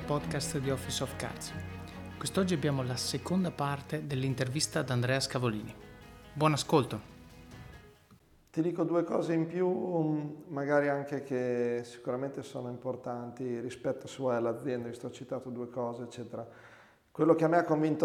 al podcast di Office of Cards. Quest'oggi abbiamo la seconda parte dell'intervista ad Andrea Scavolini. Buon ascolto. Ti dico due cose in più, magari anche che sicuramente sono importanti rispetto all'azienda, visto che ho citato due cose, eccetera. Quello che a me ha convinto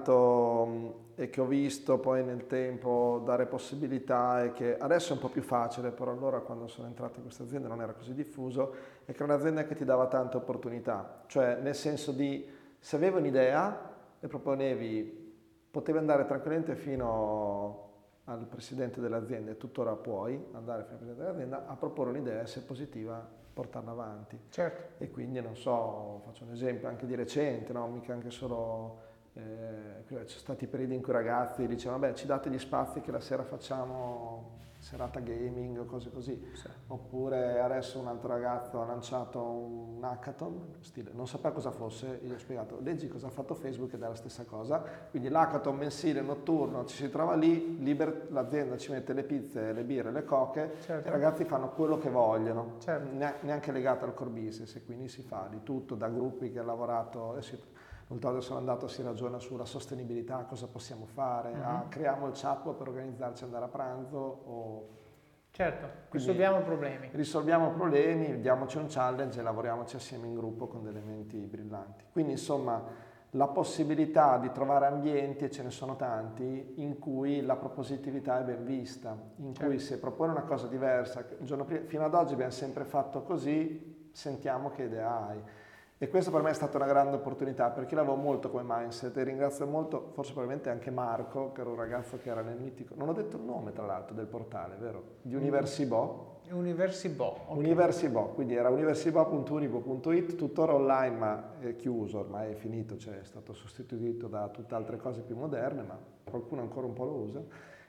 tanto e che ho visto poi nel tempo dare possibilità e che adesso è un po' più facile, però allora quando sono entrato in questa azienda non era così diffuso, è che è un'azienda che ti dava tante opportunità, cioè nel senso di se avevi un'idea e proponevi, potevi andare tranquillamente fino al presidente dell'azienda, e tuttora puoi andare fino al presidente dell'azienda a proporre un'idea, se positiva portarla avanti. Certo. E quindi non so, faccio un esempio anche di recente, no? Mica anche solo ci sono stati periodi in cui i ragazzi dicevano vabbè, ci date gli spazi che la sera facciamo serata gaming o cose così. Sì. Oppure adesso un altro ragazzo ha lanciato un hackathon, stile, non sapeva cosa fosse, gli ho spiegato leggi cosa ha fatto Facebook ed è la stessa cosa, quindi l'hackathon mensile notturno ci si trova lì, l'azienda ci mette le pizze, le birre, le coche, certo. E i ragazzi fanno quello che vogliono, certo. neanche legato al core business, e quindi si fa di tutto, da gruppi che hanno lavorato, l'ultima volta sono andato, si ragiona sulla sostenibilità, cosa possiamo fare, creiamo il chatbot per organizzarci, andare a pranzo o... Certo, risolviamo problemi. Risolviamo problemi, diamoci un challenge e lavoriamoci assieme in gruppo con delle menti brillanti. Quindi insomma la possibilità di trovare ambienti, e ce ne sono tanti, in cui la propositività è ben vista, in cui se propone una cosa diversa, il giorno prima, fino ad oggi abbiamo sempre fatto così, sentiamo che idea hai. E questo per me è stata una grande opportunità, perché io lavoro molto come mindset e ringrazio molto, forse probabilmente anche Marco, che era un ragazzo che era nel mitico, non ho detto il nome tra l'altro del portale, vero? Di Universibo. Universibo, okay. Universibo, quindi era universibo.unibo.it, tuttora online ma è chiuso, ormai è finito, cioè è stato sostituito da tutte altre cose più moderne, ma qualcuno ancora un po' lo usa.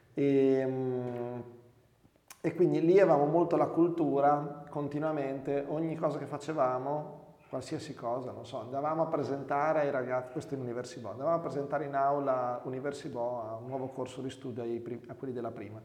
E quindi lì avevamo molto la cultura, continuamente, ogni cosa che facevamo, qualsiasi cosa, non so, andavamo a presentare ai ragazzi, questo è in Universibo, andavamo a presentare in aula Universibo a un nuovo corso di studio a quelli della prima.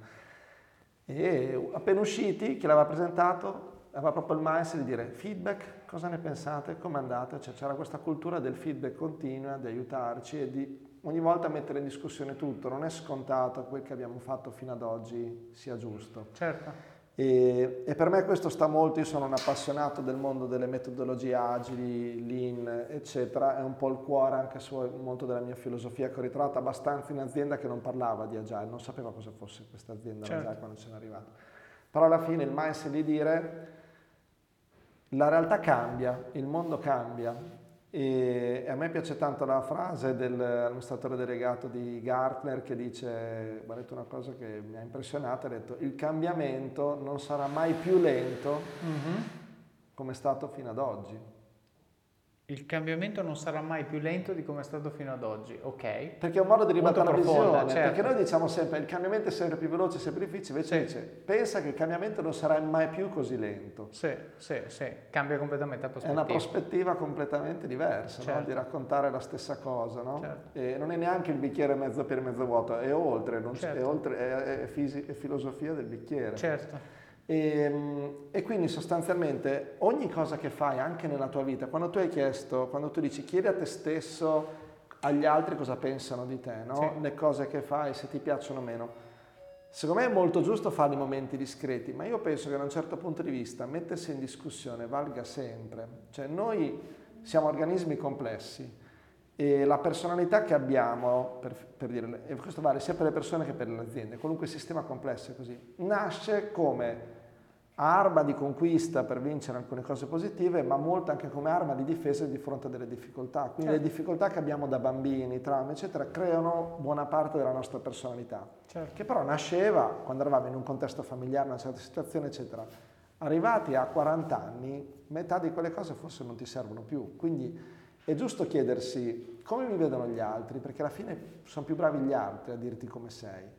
E appena usciti, chi l'aveva presentato aveva proprio il mindset di dire feedback, cosa ne pensate, come andate? Cioè c'era questa cultura del feedback continua, di aiutarci e di ogni volta mettere in discussione tutto. Non è scontato che quel che abbiamo fatto fino ad oggi sia giusto. Certo. E per me questo sta molto, io sono un appassionato del mondo delle metodologie agili, lean, eccetera, è un po' il cuore anche molto della mia filosofia, che ho ritrovato abbastanza in azienda che non parlava di agile, non sapeva cosa fosse questa azienda agile quando ce n'è arrivato. Però alla fine il mindset di dire la realtà cambia, il mondo cambia. E a me piace tanto la frase dell'amministratore delegato di Gartner che dice, ha detto una cosa che mi ha impressionato, ha detto il cambiamento non sarà mai più lento come è stato fino ad oggi. Il cambiamento non sarà mai più lento di come è stato fino ad oggi, ok? Perché è un modo di ribaltare la visione, certo. Perché noi diciamo sempre il cambiamento è sempre più veloce, sempre difficile, invece dice pensa che il cambiamento non sarà mai più così lento. Sì, cambia completamente la prospettiva. È una prospettiva completamente diversa, certo. No? Di raccontare la stessa cosa, no? Certo. E non è neanche il bicchiere mezzo pieno mezzo vuoto, è oltre, certo. è filosofia del bicchiere. Certo. E quindi sostanzialmente ogni cosa che fai anche nella tua vita, quando tu dici chiedi a te stesso, agli altri cosa pensano di te, no? Sì. Le cose che fai, se ti piacciono o meno. Secondo me è molto giusto fare i momenti discreti, ma io penso che da un certo punto di vista mettersi in discussione valga sempre. Cioè noi siamo organismi complessi e la personalità che abbiamo, per dire, e questo vale sia per le persone che per le aziende, qualunque sistema complesso è così, nasce come arma di conquista per vincere alcune cose positive, ma molto anche come arma di difesa di fronte a delle difficoltà. Quindi le difficoltà che abbiamo da bambini, traumi, eccetera, creano buona parte della nostra personalità, che però nasceva quando eravamo in un contesto familiare, in una certa situazione, eccetera. Arrivati a 40 anni, metà di quelle cose forse non ti servono più. Quindi è giusto chiedersi come mi vedono gli altri, perché alla fine sono più bravi gli altri a dirti come sei.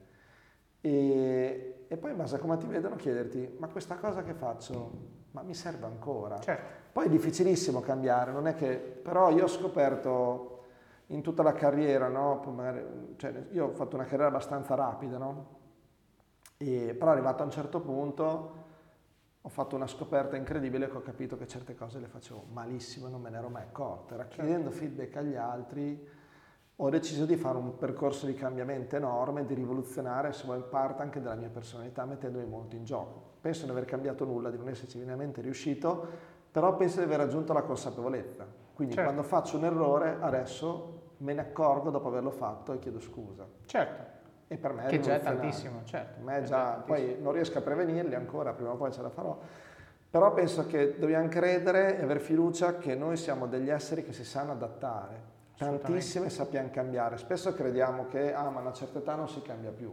E poi in base a come ti vedono chiederti, ma questa cosa che faccio, ma mi serve ancora? Certo. Poi è difficilissimo cambiare, non è che, però io ho scoperto in tutta la carriera, no? Cioè, io ho fatto una carriera abbastanza rapida, no? Però arrivato a un certo punto ho fatto una scoperta incredibile che ho capito che certe cose le facevo malissimo e non me ne ero mai accorto. Era chiedendo feedback agli altri, ho deciso di fare un percorso di cambiamento enorme, di rivoluzionare, se vuoi, parte anche della mia personalità, mettendomi molto in gioco. Penso di non aver cambiato nulla, di non esserci veramente riuscito, però penso di aver raggiunto la consapevolezza. Quindi quando faccio un errore, adesso me ne accorgo dopo averlo fatto e chiedo scusa. Certo. E per me è che già è tantissimo, certo. Per me poi non riesco a prevenirli ancora, prima o poi ce la farò. Però penso che dobbiamo credere e aver fiducia che noi siamo degli esseri che si sanno adattare. Tantissime sappiamo cambiare. Spesso crediamo che ma a una certa età non si cambia più.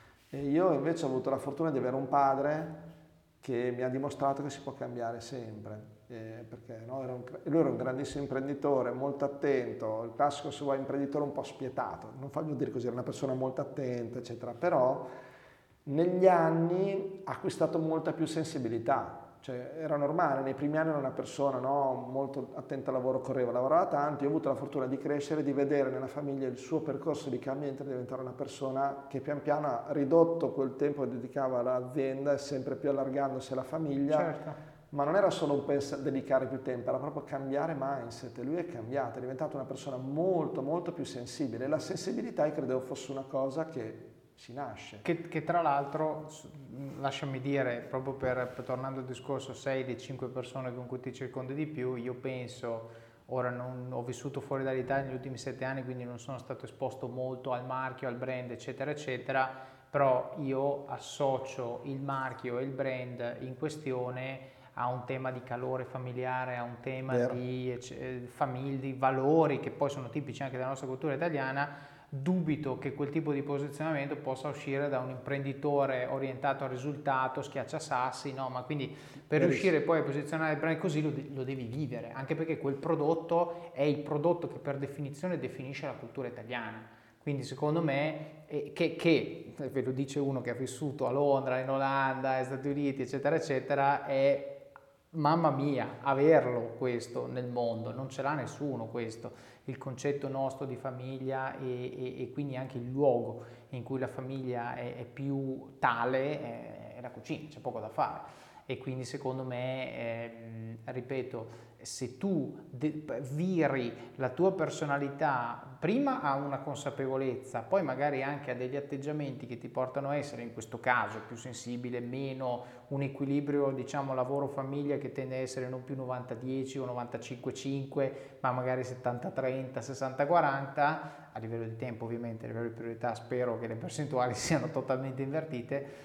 E io invece ho avuto la fortuna di avere un padre che mi ha dimostrato che si può cambiare sempre. Perché no, lui era un grandissimo imprenditore, molto attento, il classico se vuoi imprenditore un po' spietato, non voglio dire così, era una persona molto attenta, eccetera, però negli anni ha acquistato molta più sensibilità. Cioè, era normale, nei primi anni era una persona molto attenta al lavoro, lavorava tanto. Io ho avuto la fortuna di crescere, di vedere nella famiglia il suo percorso di cambiamento, di diventare una persona che pian piano ha ridotto quel tempo che dedicava all'azienda e sempre più allargandosi alla famiglia. Certo. Ma non era solo dedicare più tempo, era proprio cambiare mindset. Lui è cambiato, è diventato una persona molto molto più sensibile. La sensibilità io credevo fosse una cosa che si nasce. Che tra l'altro, lasciami dire, proprio tornando al discorso, sei le 5 persone con cui ti circondi di più, io penso, ora non ho vissuto fuori dall'Italia negli ultimi 7 anni, quindi non sono stato esposto molto al marchio, al brand, eccetera, eccetera, però io associo il marchio e il brand in questione a un tema di calore familiare, a un tema di famiglia, di valori che poi sono tipici anche della nostra cultura italiana. Dubito che quel tipo di posizionamento possa uscire da un imprenditore orientato al risultato, schiacciasassi, no? Ma quindi per riuscire poi a posizionare il brand così lo devi vivere, anche perché quel prodotto è il prodotto che per definizione definisce la cultura italiana. Quindi secondo me, che ve lo dice uno che ha vissuto a Londra, in Olanda, negli Stati Uniti, eccetera, eccetera, è mamma mia, averlo questo nel mondo, non ce l'ha nessuno questo, il concetto nostro di famiglia e quindi anche il luogo in cui la famiglia è più tale è la cucina, c'è poco da fare. E quindi secondo me, ripeto, se tu viri la tua personalità prima a una consapevolezza, poi magari anche a degli atteggiamenti che ti portano a essere, in questo caso, più sensibile, meno un equilibrio, diciamo, lavoro-famiglia che tende a essere non più 90-10 o 95-5, ma magari 70-30, 60-40, a livello di tempo ovviamente, a livello di priorità spero che le percentuali siano totalmente invertite.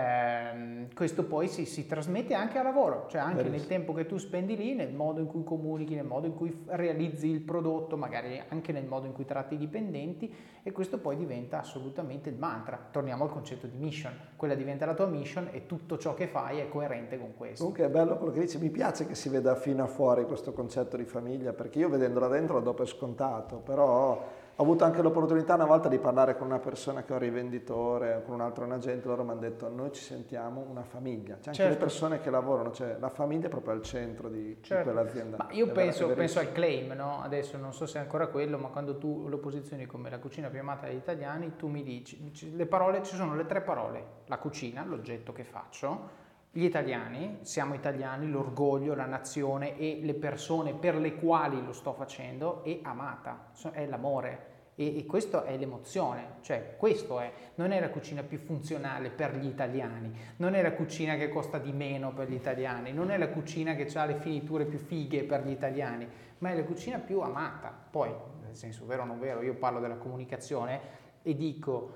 Questo poi si trasmette anche al lavoro, cioè anche nel tempo che tu spendi lì, nel modo in cui comunichi, nel modo in cui realizzi il prodotto, magari anche nel modo in cui tratti i dipendenti, e questo poi diventa assolutamente il mantra. Torniamo al concetto di mission, quella diventa la tua mission e tutto ciò che fai è coerente con questo. Comunque è bello quello che dici, mi piace che si veda fino a fuori questo concetto di famiglia, perché io vedendola dentro lo do per scontato, però ho avuto anche l'opportunità una volta di parlare con una persona che è un rivenditore, con un altro agente, loro mi hanno detto noi ci sentiamo una famiglia, c'è anche le persone che lavorano, cioè la famiglia è proprio al centro di quell'azienda. Ma io penso al claim, no? Adesso non so se è ancora quello, ma quando tu lo posizioni come la cucina più amata dagli italiani, tu mi dici le parole, ci sono le 3 parole, la cucina, l'oggetto che faccio, gli italiani, siamo italiani, l'orgoglio, la nazione e le persone per le quali lo sto facendo, e amata, è l'amore. E questo è l'emozione, cioè questo non è la cucina più funzionale per gli italiani, non è la cucina che costa di meno per gli italiani, non è la cucina che ha le finiture più fighe per gli italiani, ma è la cucina più amata. Poi, nel senso vero o non vero, io parlo della comunicazione e dico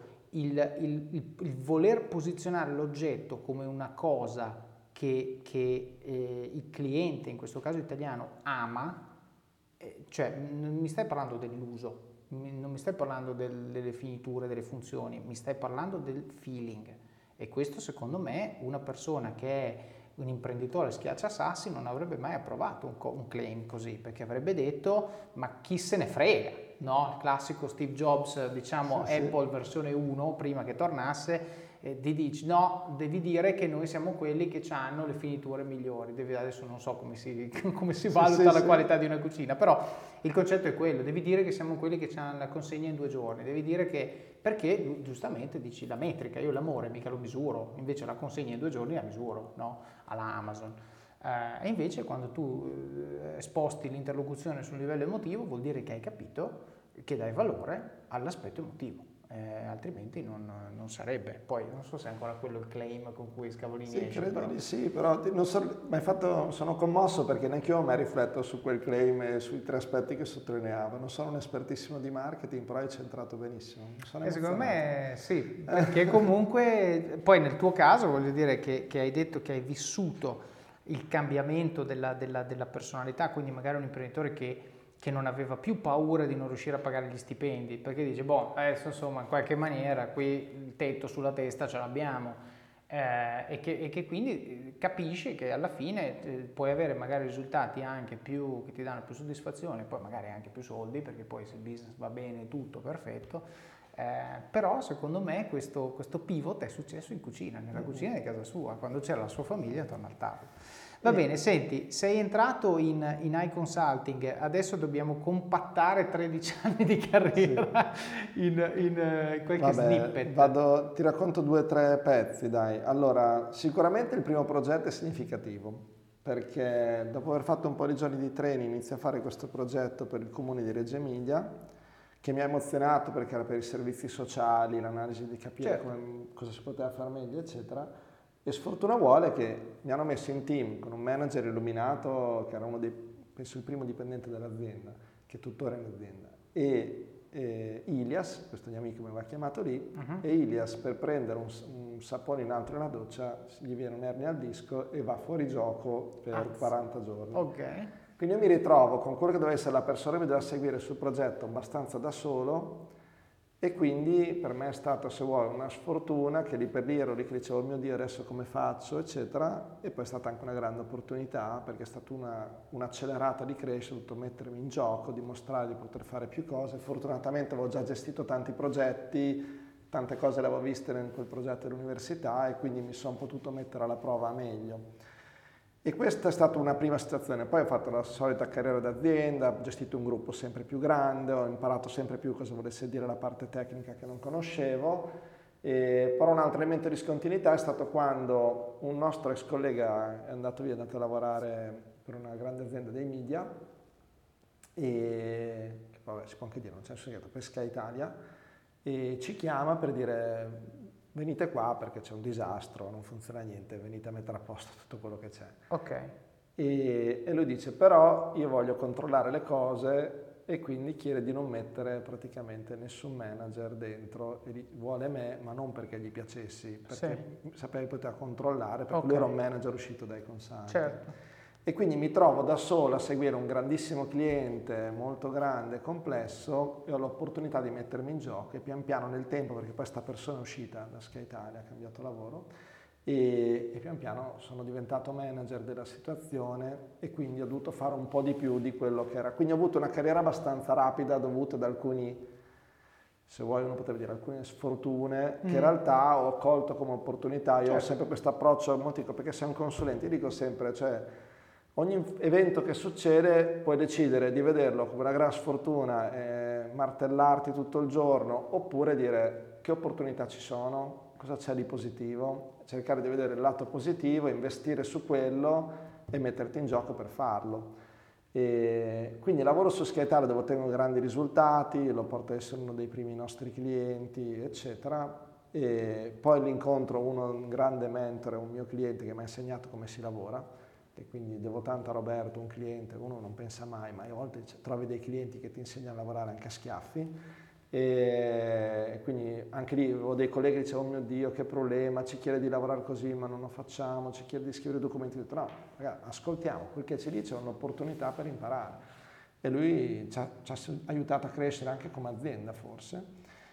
il voler posizionare l'oggetto come una cosa che il cliente, in questo caso italiano, ama, cioè non mi stai parlando dell'uso, non mi stai parlando delle finiture, delle funzioni, mi stai parlando del feeling. E questo secondo me una persona che è un imprenditore schiacciasassi non avrebbe mai approvato un claim così, perché avrebbe detto ma chi se ne frega, no? Il classico Steve Jobs, diciamo Sì, Apple versione 1, prima che tornasse, ti dici no, devi dire che noi siamo quelli che hanno le finiture migliori. Adesso non so come come si valuta la qualità di una cucina, però il concetto è quello, devi dire che siamo quelli che hanno la consegna in 2 giorni, devi dire che, perché giustamente dici la metrica, io l'amore mica lo misuro, invece la consegna in 2 giorni la misuro, no? Alla Amazon. E invece quando tu sposti l'interlocuzione sul livello emotivo vuol dire che hai capito che dai valore all'aspetto emotivo. Altrimenti non sarebbe. Poi non so se è ancora quello il claim con cui Scavolini Sì, esce. credo Però. di sì, però non so, sono commosso perché neanche io mai rifletto su quel claim e sui 3 aspetti che sottolineava. Non sono un espertissimo di marketing, però hai centrato benissimo. Sono Secondo emozionato. me sì, perché comunque poi nel tuo caso voglio dire che hai detto che hai vissuto il cambiamento della personalità, quindi magari un imprenditore che non aveva più paura di non riuscire a pagare gli stipendi, perché dice, boh, adesso insomma in qualche maniera qui il tetto sulla testa ce l'abbiamo, e che quindi capisci che alla fine puoi avere magari risultati anche più, che ti danno più soddisfazione, poi magari anche più soldi, perché poi se il business va bene tutto perfetto. Però secondo me questo pivot è successo in cucina, nella cucina di casa sua, quando c'era la sua famiglia attorno al tavolo. Va bene, senti, sei entrato in iConsulting, adesso dobbiamo compattare 13 anni di carriera in qualche snippet. Ti racconto 2 o 3 pezzi, dai. Allora, sicuramente il primo progetto è significativo, perché dopo aver fatto un po' di giorni di training inizio a fare questo progetto per il comune di Reggio Emilia, che mi ha emozionato perché era per i servizi sociali, l'analisi di capire Certo. cosa si poteva fare meglio, eccetera. E sfortuna vuole che mi hanno messo in team con un manager illuminato, che era penso il primo dipendente dell'azienda, che tuttora è in azienda, e Ilias, questo mio amico mi aveva chiamato lì, e Ilias per prendere un sapone in alto nella doccia gli viene un'ernia al disco e va fuori gioco per 40 giorni. Ok. Quindi io mi ritrovo con quello che doveva essere la persona che mi doveva seguire sul progetto abbastanza da solo, e quindi per me è stata, se vuoi, una sfortuna, che lì per lì ero lì che dicevo, oh mio Dio, adesso come faccio, eccetera, e poi è stata anche una grande opportunità, perché è stata un'accelerata di crescita, ho dovuto mettermi in gioco, dimostrare di poter fare più cose. Fortunatamente avevo già gestito tanti progetti, tante cose le avevo viste in quel progetto dell'università, e quindi mi sono potuto mettere alla prova meglio. E questa è stata una prima situazione. Poi ho fatto la solita carriera d'azienda, ho gestito un gruppo sempre più grande, ho imparato sempre più cosa volesse dire la parte tecnica che non conoscevo. Però un altro elemento di discontinuità è stato quando un nostro ex collega è andato via, è andato a lavorare per una grande azienda dei media, e che vabbè, si può anche dire, non c'è nessun segreto, per Sky Italia, e ci chiama per dire: venite qua perché c'è un disastro, non funziona niente, venite a mettere a posto tutto quello che c'è. Ok. E lui dice: però io voglio controllare le cose, e quindi chiede di non mettere praticamente nessun manager dentro, e vuole me, ma non perché gli piacessi, perché sapeva che poteva controllare, perché lui era un manager uscito dai consulting. Certo. E quindi mi trovo da solo a seguire un grandissimo cliente, molto grande, complesso, e ho l'opportunità di mettermi in gioco, e pian piano nel tempo, perché poi sta persona è uscita da Sky Italia, ha cambiato lavoro, e pian piano sono diventato manager della situazione, e quindi ho dovuto fare un po' di più di quello che era. Quindi ho avuto una carriera abbastanza rapida, dovuta ad alcuni, se vuoi uno potrebbe dire, alcune sfortune, che in realtà ho colto come opportunità. Io ho sempre questo approccio emotivo, perché sei un consulente, io dico sempre, cioè, ogni evento che succede puoi decidere di vederlo come una gran sfortuna e martellarti tutto il giorno, oppure dire che opportunità ci sono, cosa c'è di positivo, cercare di vedere il lato positivo, investire su quello e metterti in gioco per farlo. E quindi lavoro su Sky Italia, dove ottengo grandi risultati, lo porto a essere uno dei primi nostri clienti, eccetera. E poi l'incontro un grande mentore, un mio cliente che mi ha insegnato come si lavora, e quindi devo tanto a Roberto, un cliente, uno non pensa mai, ma a volte trovi dei clienti che ti insegnano a lavorare anche a schiaffi, e quindi anche lì avevo dei colleghi che dicevano: oh mio Dio, che problema, ci chiede di lavorare così ma non lo facciamo, ci chiede di scrivere documenti. Ho detto: no, ragazzi, ascoltiamo, quel che ci dice è un'opportunità per imparare. E lui ci ha aiutato a crescere anche come azienda, forse.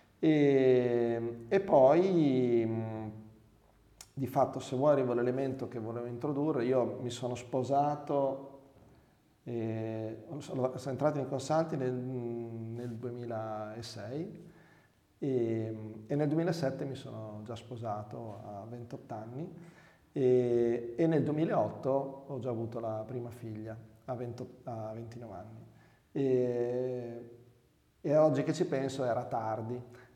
E poi di fatto, se vuoi, arrivo all'elemento che volevo introdurre. Io mi sono sposato Sono entrato in consulting nel 2006 e nel 2007 mi sono già sposato a 28 anni e nel 2008 ho già avuto la prima figlia a 29 anni. E oggi che ci penso era tardi.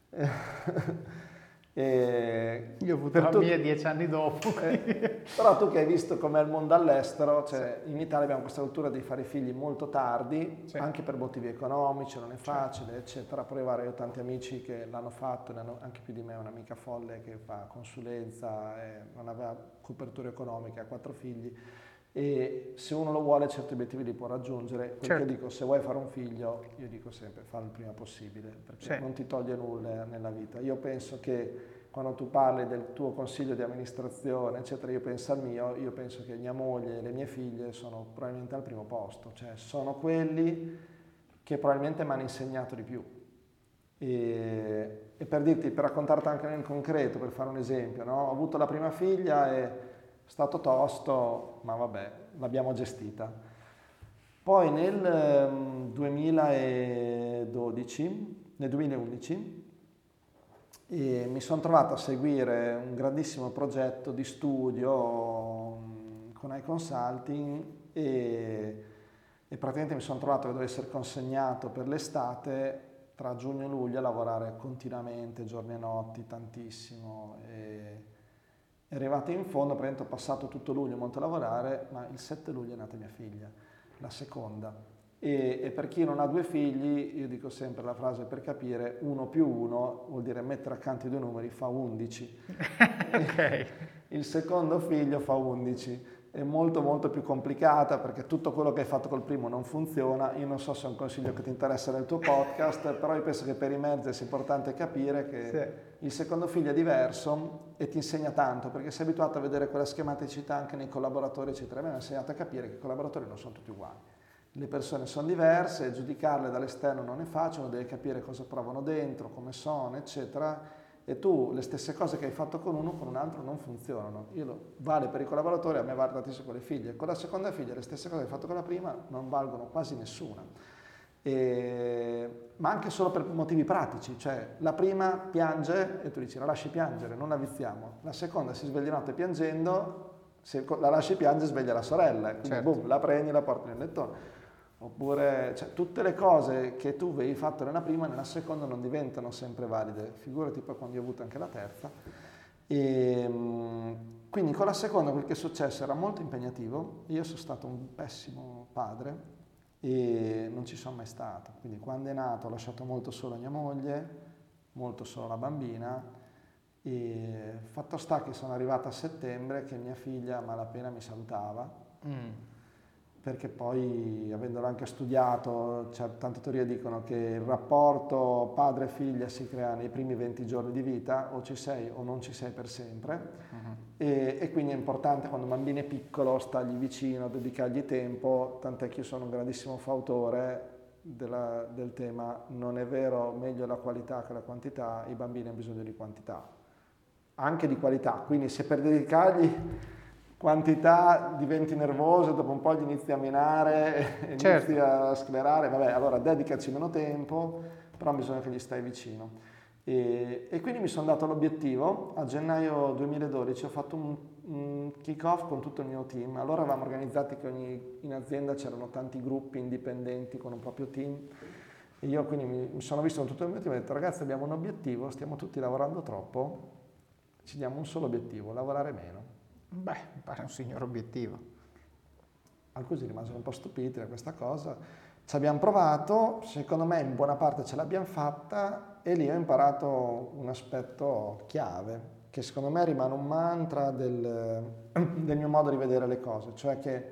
Io ho avuto la mia 10 anni dopo. Però tu che hai visto com'è il mondo all'estero, cioè in Italia abbiamo questa cultura di fare figli molto tardi, Sì. anche per motivi economici, non è facile, eccetera. Poi guarda, io ho tanti amici che l'hanno fatto, ne hanno anche più di me, un'amica folle che fa consulenza e non aveva copertura economica, ha 4 figli. E se uno lo vuole certi obiettivi li può raggiungere. Quel Certo. che dico, se vuoi fare un figlio, io dico sempre fallo il prima possibile, perché Sì. non ti toglie nulla nella vita. Io penso che quando tu parli del tuo consiglio di amministrazione, eccetera, io penso al mio, io penso che mia moglie e le mie figlie sono probabilmente al primo posto, cioè sono quelli che probabilmente mi hanno insegnato di più. E per dirti, per raccontarti anche nel concreto, per fare un esempio, no? Ho avuto la prima figlia e è stato tosto, ma vabbè, l'abbiamo gestita. Poi nel 2011, mi sono trovato a seguire un grandissimo progetto di studio con iConsulting e praticamente mi sono trovato che dovevo essere consegnato per l'estate tra giugno e luglio a lavorare continuamente, giorni e notti, tantissimo. È arrivato in fondo, praticamente ho passato tutto luglio molto a lavorare, ma il 7 luglio è nata mia figlia, la seconda. E per chi non ha 2 figli, io dico sempre la frase per capire, 1 più 1 vuol dire mettere accanto i 2 numeri fa 11. Ok. Il secondo figlio fa 11. È molto molto più complicata perché tutto quello che hai fatto col primo non funziona. Io non so se è un consiglio che ti interessa nel tuo podcast, però io penso che per i mezzi sia importante capire che Sì. il secondo figlio è diverso e ti insegna tanto perché sei abituato a vedere quella schematicità anche nei collaboratori, eccetera. A me mi ha insegnato a capire che i collaboratori non sono tutti uguali. Le persone sono diverse, giudicarle dall'esterno non è facile, uno deve capire cosa provano dentro, come sono, eccetera. E tu le stesse cose che hai fatto con uno, con un altro non funzionano. Vale per i collaboratori, a me vale tantissimo con le figlie. Con la seconda figlia le stesse cose che hai fatto con la prima non valgono quasi nessuna. Ma anche solo per motivi pratici, cioè la prima piange e tu dici la lasci piangere, non la viziamo. La seconda si sveglia di notte piangendo, se la lasci piangere sveglia la sorella, quindi Certo. boom, la prendi e la porti nel lettone. Oppure, cioè, tutte le cose che tu avevi fatto nella prima, nella seconda non diventano sempre valide. Figurati poi quando io ho avuto anche la terza. Quindi con la seconda quel che è successo era molto impegnativo. Io sono stato un pessimo padre e non ci sono mai stato. Quindi quando è nato ho lasciato molto solo mia moglie, molto solo la bambina. E fatto sta che sono arrivata a settembre che mia figlia a malapena mi salutava. Perché poi, avendolo anche studiato, tante teorie dicono che il rapporto padre-figlia si crea nei primi 20 giorni di vita, o ci sei o non ci sei per sempre, e quindi è importante quando un bambino è piccolo stargli vicino, dedicargli tempo, tant'è che io sono un grandissimo fautore del tema, non è vero meglio la qualità che la quantità, i bambini hanno bisogno di quantità, anche di qualità, quindi se per dedicargli quantità diventi nervoso, dopo un po' gli inizi a minare, Certo. inizi a sclerare, vabbè, allora dedicaci meno tempo, però bisogna che gli stai vicino. E quindi mi sono dato l'obiettivo, a gennaio 2012 ho fatto un kick-off con tutto il mio team, allora avevamo organizzati che in azienda c'erano tanti gruppi indipendenti con un proprio team, e io quindi mi sono visto con tutto il mio team e ho detto ragazzi abbiamo un obiettivo, stiamo tutti lavorando troppo, ci diamo un solo obiettivo, lavorare meno. Beh, mi pare un signor obiettivo. Alcuni rimasero un po' stupiti da questa cosa. Ci abbiamo provato, secondo me in buona parte ce l'abbiamo fatta e lì ho imparato un aspetto chiave, che secondo me rimane un mantra del mio modo di vedere le cose, cioè che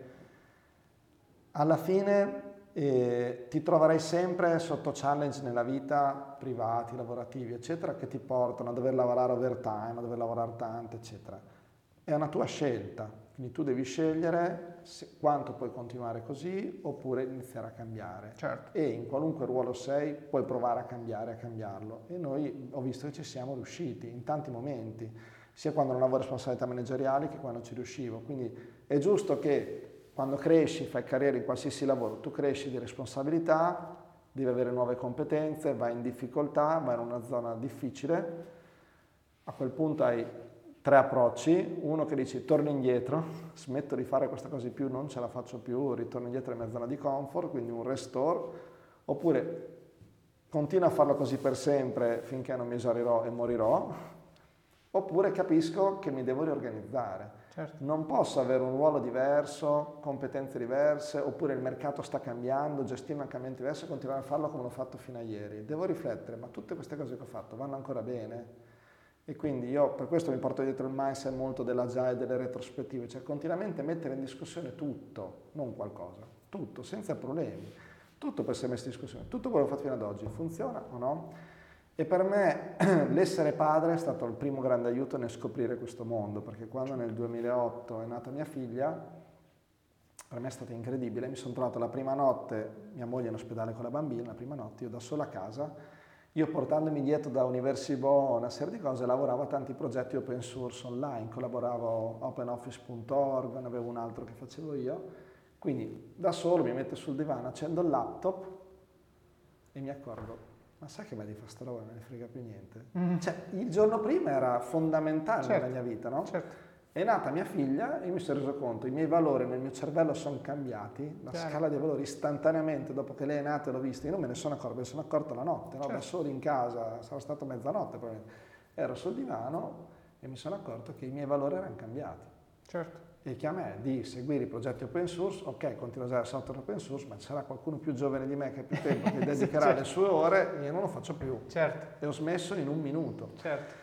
alla fine ti troverai sempre sotto challenge nella vita, privati, lavorativi, eccetera, che ti portano a dover lavorare overtime, a dover lavorare tanto, eccetera. È una tua scelta, quindi tu devi scegliere quanto puoi continuare così oppure iniziare a cambiare. Certo. E in qualunque ruolo sei puoi provare a cambiare, a cambiarlo. E noi ho visto che ci siamo riusciti in tanti momenti, sia quando non avevo responsabilità manageriali che quando ci riuscivo. Quindi è giusto che quando cresci, fai carriera in qualsiasi lavoro, tu cresci di responsabilità, devi avere nuove competenze, vai in difficoltà, vai in una zona difficile, a quel punto hai 3 approcci, uno che dici torno indietro, smetto di fare questa cosa di più, non ce la faccio più, ritorno indietro nella mia zona di comfort, quindi un restore, oppure continuo a farlo così per sempre finché non mi esaurirò e morirò, oppure capisco che mi devo riorganizzare. Certo. Non posso avere un ruolo diverso, competenze diverse, oppure il mercato sta cambiando, gestire un cambiamento diverso e continuare a farlo come l'ho fatto fino a ieri. Devo riflettere, ma tutte queste cose che ho fatto vanno ancora bene? E quindi io per questo mi porto dietro il mindset molto dell'agile, delle retrospettive, cioè continuamente mettere in discussione tutto, non qualcosa, tutto, senza problemi. Tutto può essere messo in discussione, tutto quello che ho fatto fino ad oggi funziona o no? E per me l'essere padre è stato il primo grande aiuto nel scoprire questo mondo, perché quando nel 2008 è nata mia figlia, per me è stato incredibile, mi sono trovato la prima notte, mia moglie in ospedale con la bambina, la prima notte io da sola a casa, io portandomi dietro da Universibo una serie di cose, lavoravo a tanti progetti open source online, collaboravo a openoffice.org, ne avevo un altro che facevo io, quindi da solo mi metto sul divano, accendo il laptop e mi accorgo, ma sai che me di fa sta roba, non me ne frega più niente. Cioè, il giorno prima era fondamentale nella mia vita, no? Certo. È nata mia figlia e mi sono reso conto, i miei valori nel mio cervello sono cambiati, la scala dei valori istantaneamente dopo che lei è nata e l'ho vista, io non me ne sono accorto, me ne sono accorto la notte, no? Da solo in casa, sarà stato mezzanotte probabilmente, ero sul divano e mi sono accorto che i miei valori erano cambiati. Certo. E che a me di seguire i progetti open source, ok, continuo a usare il software open source, ma c'era qualcuno più giovane di me che ha più tempo, che dedicherà le sue ore, io non lo faccio più. Certo. E ho smesso in un minuto. Certo.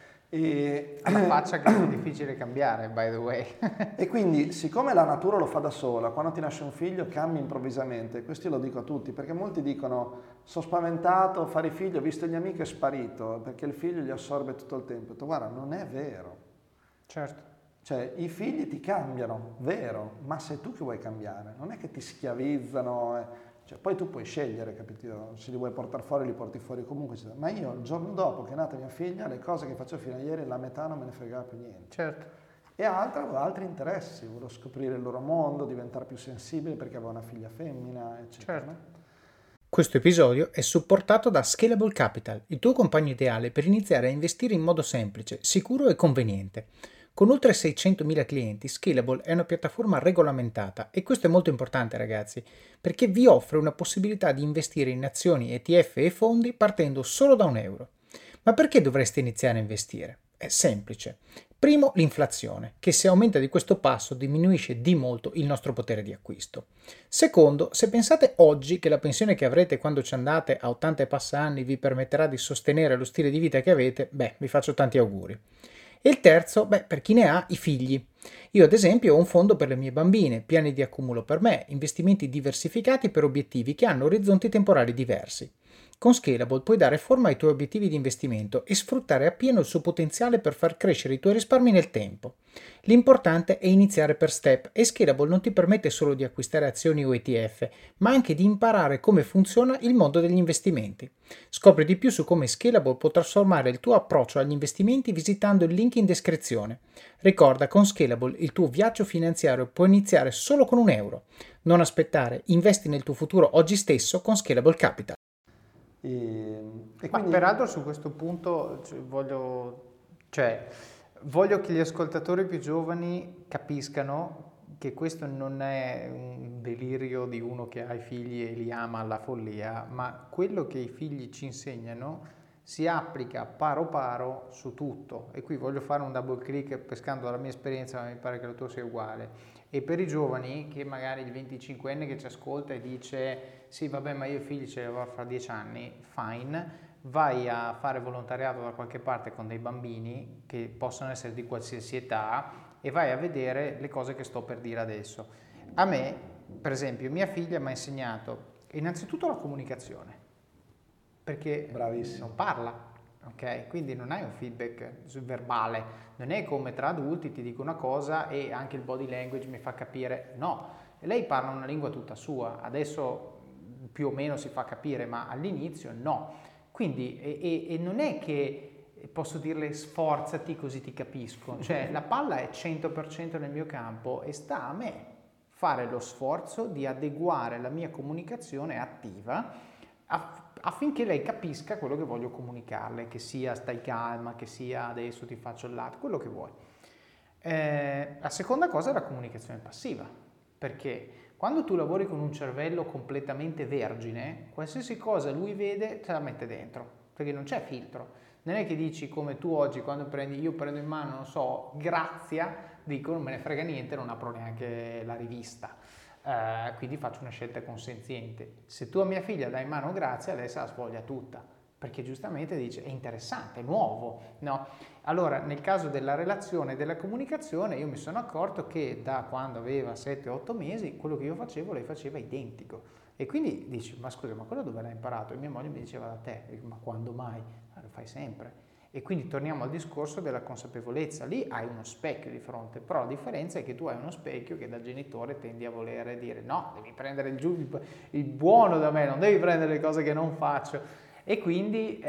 E Una faccia che è difficile cambiare, by the way. E quindi, siccome la natura lo fa da sola, quando ti nasce un figlio cambi improvvisamente, questo io lo dico a tutti, perché molti dicono, sono spaventato, fare figlio, ho visto gli amici è sparito, perché il figlio gli assorbe tutto il tempo. Ho detto, guarda, non è vero. Certo. Cioè, i figli ti cambiano, vero, ma sei tu che vuoi cambiare, non è che ti schiavizzano. Cioè, poi tu puoi scegliere, capito? Se li vuoi portare fuori, li porti fuori comunque. Ma io, il giorno dopo che è nata mia figlia, le cose che facevo fino a ieri, la metà non me ne fregava più niente. Certo. E avevo altri interessi, volevo scoprire il loro mondo, diventare più sensibile perché avevo una figlia femmina, eccetera. Certo. Questo episodio è supportato da Scalable Capital, il tuo compagno ideale per iniziare a investire in modo semplice, sicuro e conveniente. Con oltre 600.000 clienti, Scalable è una piattaforma regolamentata e questo è molto importante, ragazzi, perché vi offre una possibilità di investire in azioni, ETF e fondi partendo solo da €1. Ma perché dovreste iniziare a investire? È semplice. Primo, l'inflazione, che se aumenta di questo passo diminuisce di molto il nostro potere di acquisto. Secondo, se pensate oggi che la pensione che avrete quando ci andate a 80 e passa anni vi permetterà di sostenere lo stile di vita che avete, vi faccio tanti auguri. E il terzo, per chi ne ha, i figli. Io ad esempio ho un fondo per le mie bambine, piani di accumulo per me, investimenti diversificati per obiettivi che hanno orizzonti temporali diversi. Con Scalable puoi dare forma ai tuoi obiettivi di investimento e sfruttare appieno il suo potenziale per far crescere i tuoi risparmi nel tempo. L'importante è iniziare per step e Scalable non ti permette solo di acquistare azioni o ETF, ma anche di imparare come funziona il mondo degli investimenti. Scopri di più su come Scalable può trasformare il tuo approccio agli investimenti visitando il link in descrizione. Ricorda, con Scalable il tuo viaggio finanziario può iniziare solo con €1. Non aspettare, investi nel tuo futuro oggi stesso con Scalable Capital. Ma peraltro su questo punto voglio che gli ascoltatori più giovani capiscano che questo non è un delirio di uno che ha i figli e li ama alla follia, ma quello che i figli ci insegnano si applica paro paro su tutto. E qui voglio fare un double click pescando dalla mia esperienza, ma mi pare che la tua sia uguale. E per i giovani, che magari il 25enne che ci ascolta e dice sì vabbè ma io i figli ce li avrò fra 10 anni, fine, vai a fare volontariato da qualche parte con dei bambini che possono essere di qualsiasi età e vai a vedere le cose che sto per dire adesso. A me, per esempio, mia figlia mi ha insegnato innanzitutto la comunicazione, perché Bravissimo. non parla. Ok, quindi non hai un feedback verbale, non è come tra adulti ti dico una cosa e anche il body language mi fa capire, no, lei parla una lingua tutta sua, adesso più o meno si fa capire, ma all'inizio no, quindi e non è che posso dirle sforzati così ti capisco, cioè la palla è 100% nel mio campo e sta a me fare lo sforzo di adeguare la mia comunicazione attiva affinché lei capisca quello che voglio comunicarle, che sia stai calma, che sia adesso ti faccio il latte, quello che vuoi. La seconda cosa è la comunicazione passiva, perché quando tu lavori con un cervello completamente vergine, qualsiasi cosa lui vede te la mette dentro, perché non c'è filtro. Non è che dici come tu oggi quando io prendo in mano, non so, Grazia, dico non me ne frega niente, non apro neanche la rivista. Quindi faccio una scelta consenziente. Se tu a mia figlia dai in mano Grazia, lei se la sfoglia tutta, perché giustamente dice è interessante, è nuovo, no? Allora, nel caso della relazione e della comunicazione, io mi sono accorto che da quando aveva 7-8 mesi, quello che io facevo, lei faceva identico. E quindi dici, ma scusa, ma quello dove l'hai imparato? E mia moglie mi diceva da te. E dico, ma quando mai? Lo fai sempre. E quindi torniamo al discorso della consapevolezza. Lì hai uno specchio di fronte, però la differenza è che tu hai uno specchio che da genitore tendi a volere dire no, devi prendere il buono da me, non devi prendere le cose che non faccio. E quindi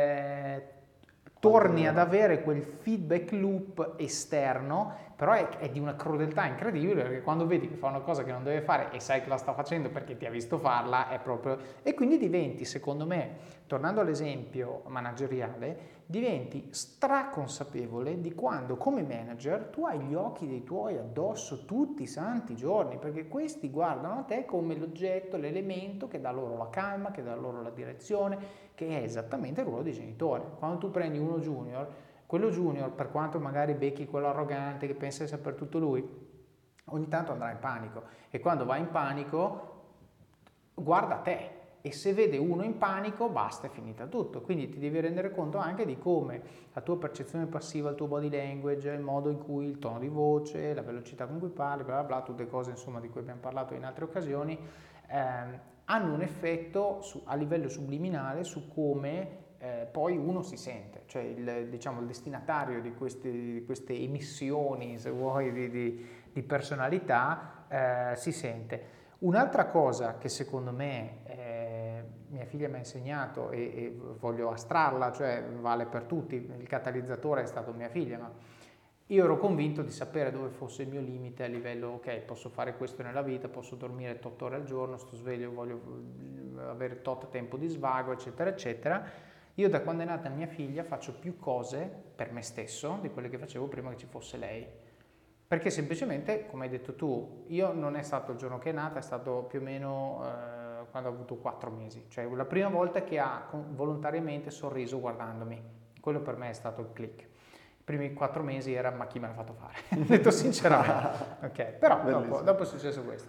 torni ad avere quel feedback loop esterno, però è di una crudeltà incredibile, perché quando vedi che fa una cosa che non deve fare e sai che la sta facendo perché ti ha visto farla, è proprio... E quindi diventi, secondo me, tornando all'esempio manageriale, diventi straconsapevole di quando come manager tu hai gli occhi dei tuoi addosso tutti i santi giorni, perché questi guardano a te come l'oggetto, l'elemento che dà loro la calma, che dà loro la direzione, che è esattamente il ruolo di genitore. Quando tu prendi uno junior, quello junior, per quanto magari becchi quello arrogante che pensa di saper tutto lui, ogni tanto andrà in panico, e quando va in panico guarda te, e se vede uno in panico basta, è finita tutto. Quindi ti devi rendere conto anche di come la tua percezione passiva, il tuo body language, il modo in cui il tono di voce, la velocità con cui parli, bla bla bla, tutte cose insomma di cui abbiamo parlato in altre occasioni, hanno un effetto a livello subliminale su come poi uno si sente, cioè il destinatario di queste emissioni, se vuoi, di personalità si sente. Un'altra cosa che secondo me mia figlia mi ha insegnato e voglio astrarla, cioè vale per tutti, il catalizzatore è stato mia figlia, ma io ero convinto di sapere dove fosse il mio limite a livello, ok, posso fare questo nella vita, posso dormire 8 ore al giorno, sto sveglio, voglio avere tot tempo di svago, eccetera, eccetera. Io da quando è nata mia figlia faccio più cose per me stesso di quelle che facevo prima che ci fosse lei. Perché semplicemente, come hai detto tu, io non è stato il giorno che è nata, è stato più o meno quando ho avuto 4 mesi. Cioè la prima volta che ha volontariamente sorriso guardandomi. Quello per me è stato il click. I primi 4 mesi era ma chi me l'ha fatto fare? Detto sinceramente. Okay. Però dopo è successo questo.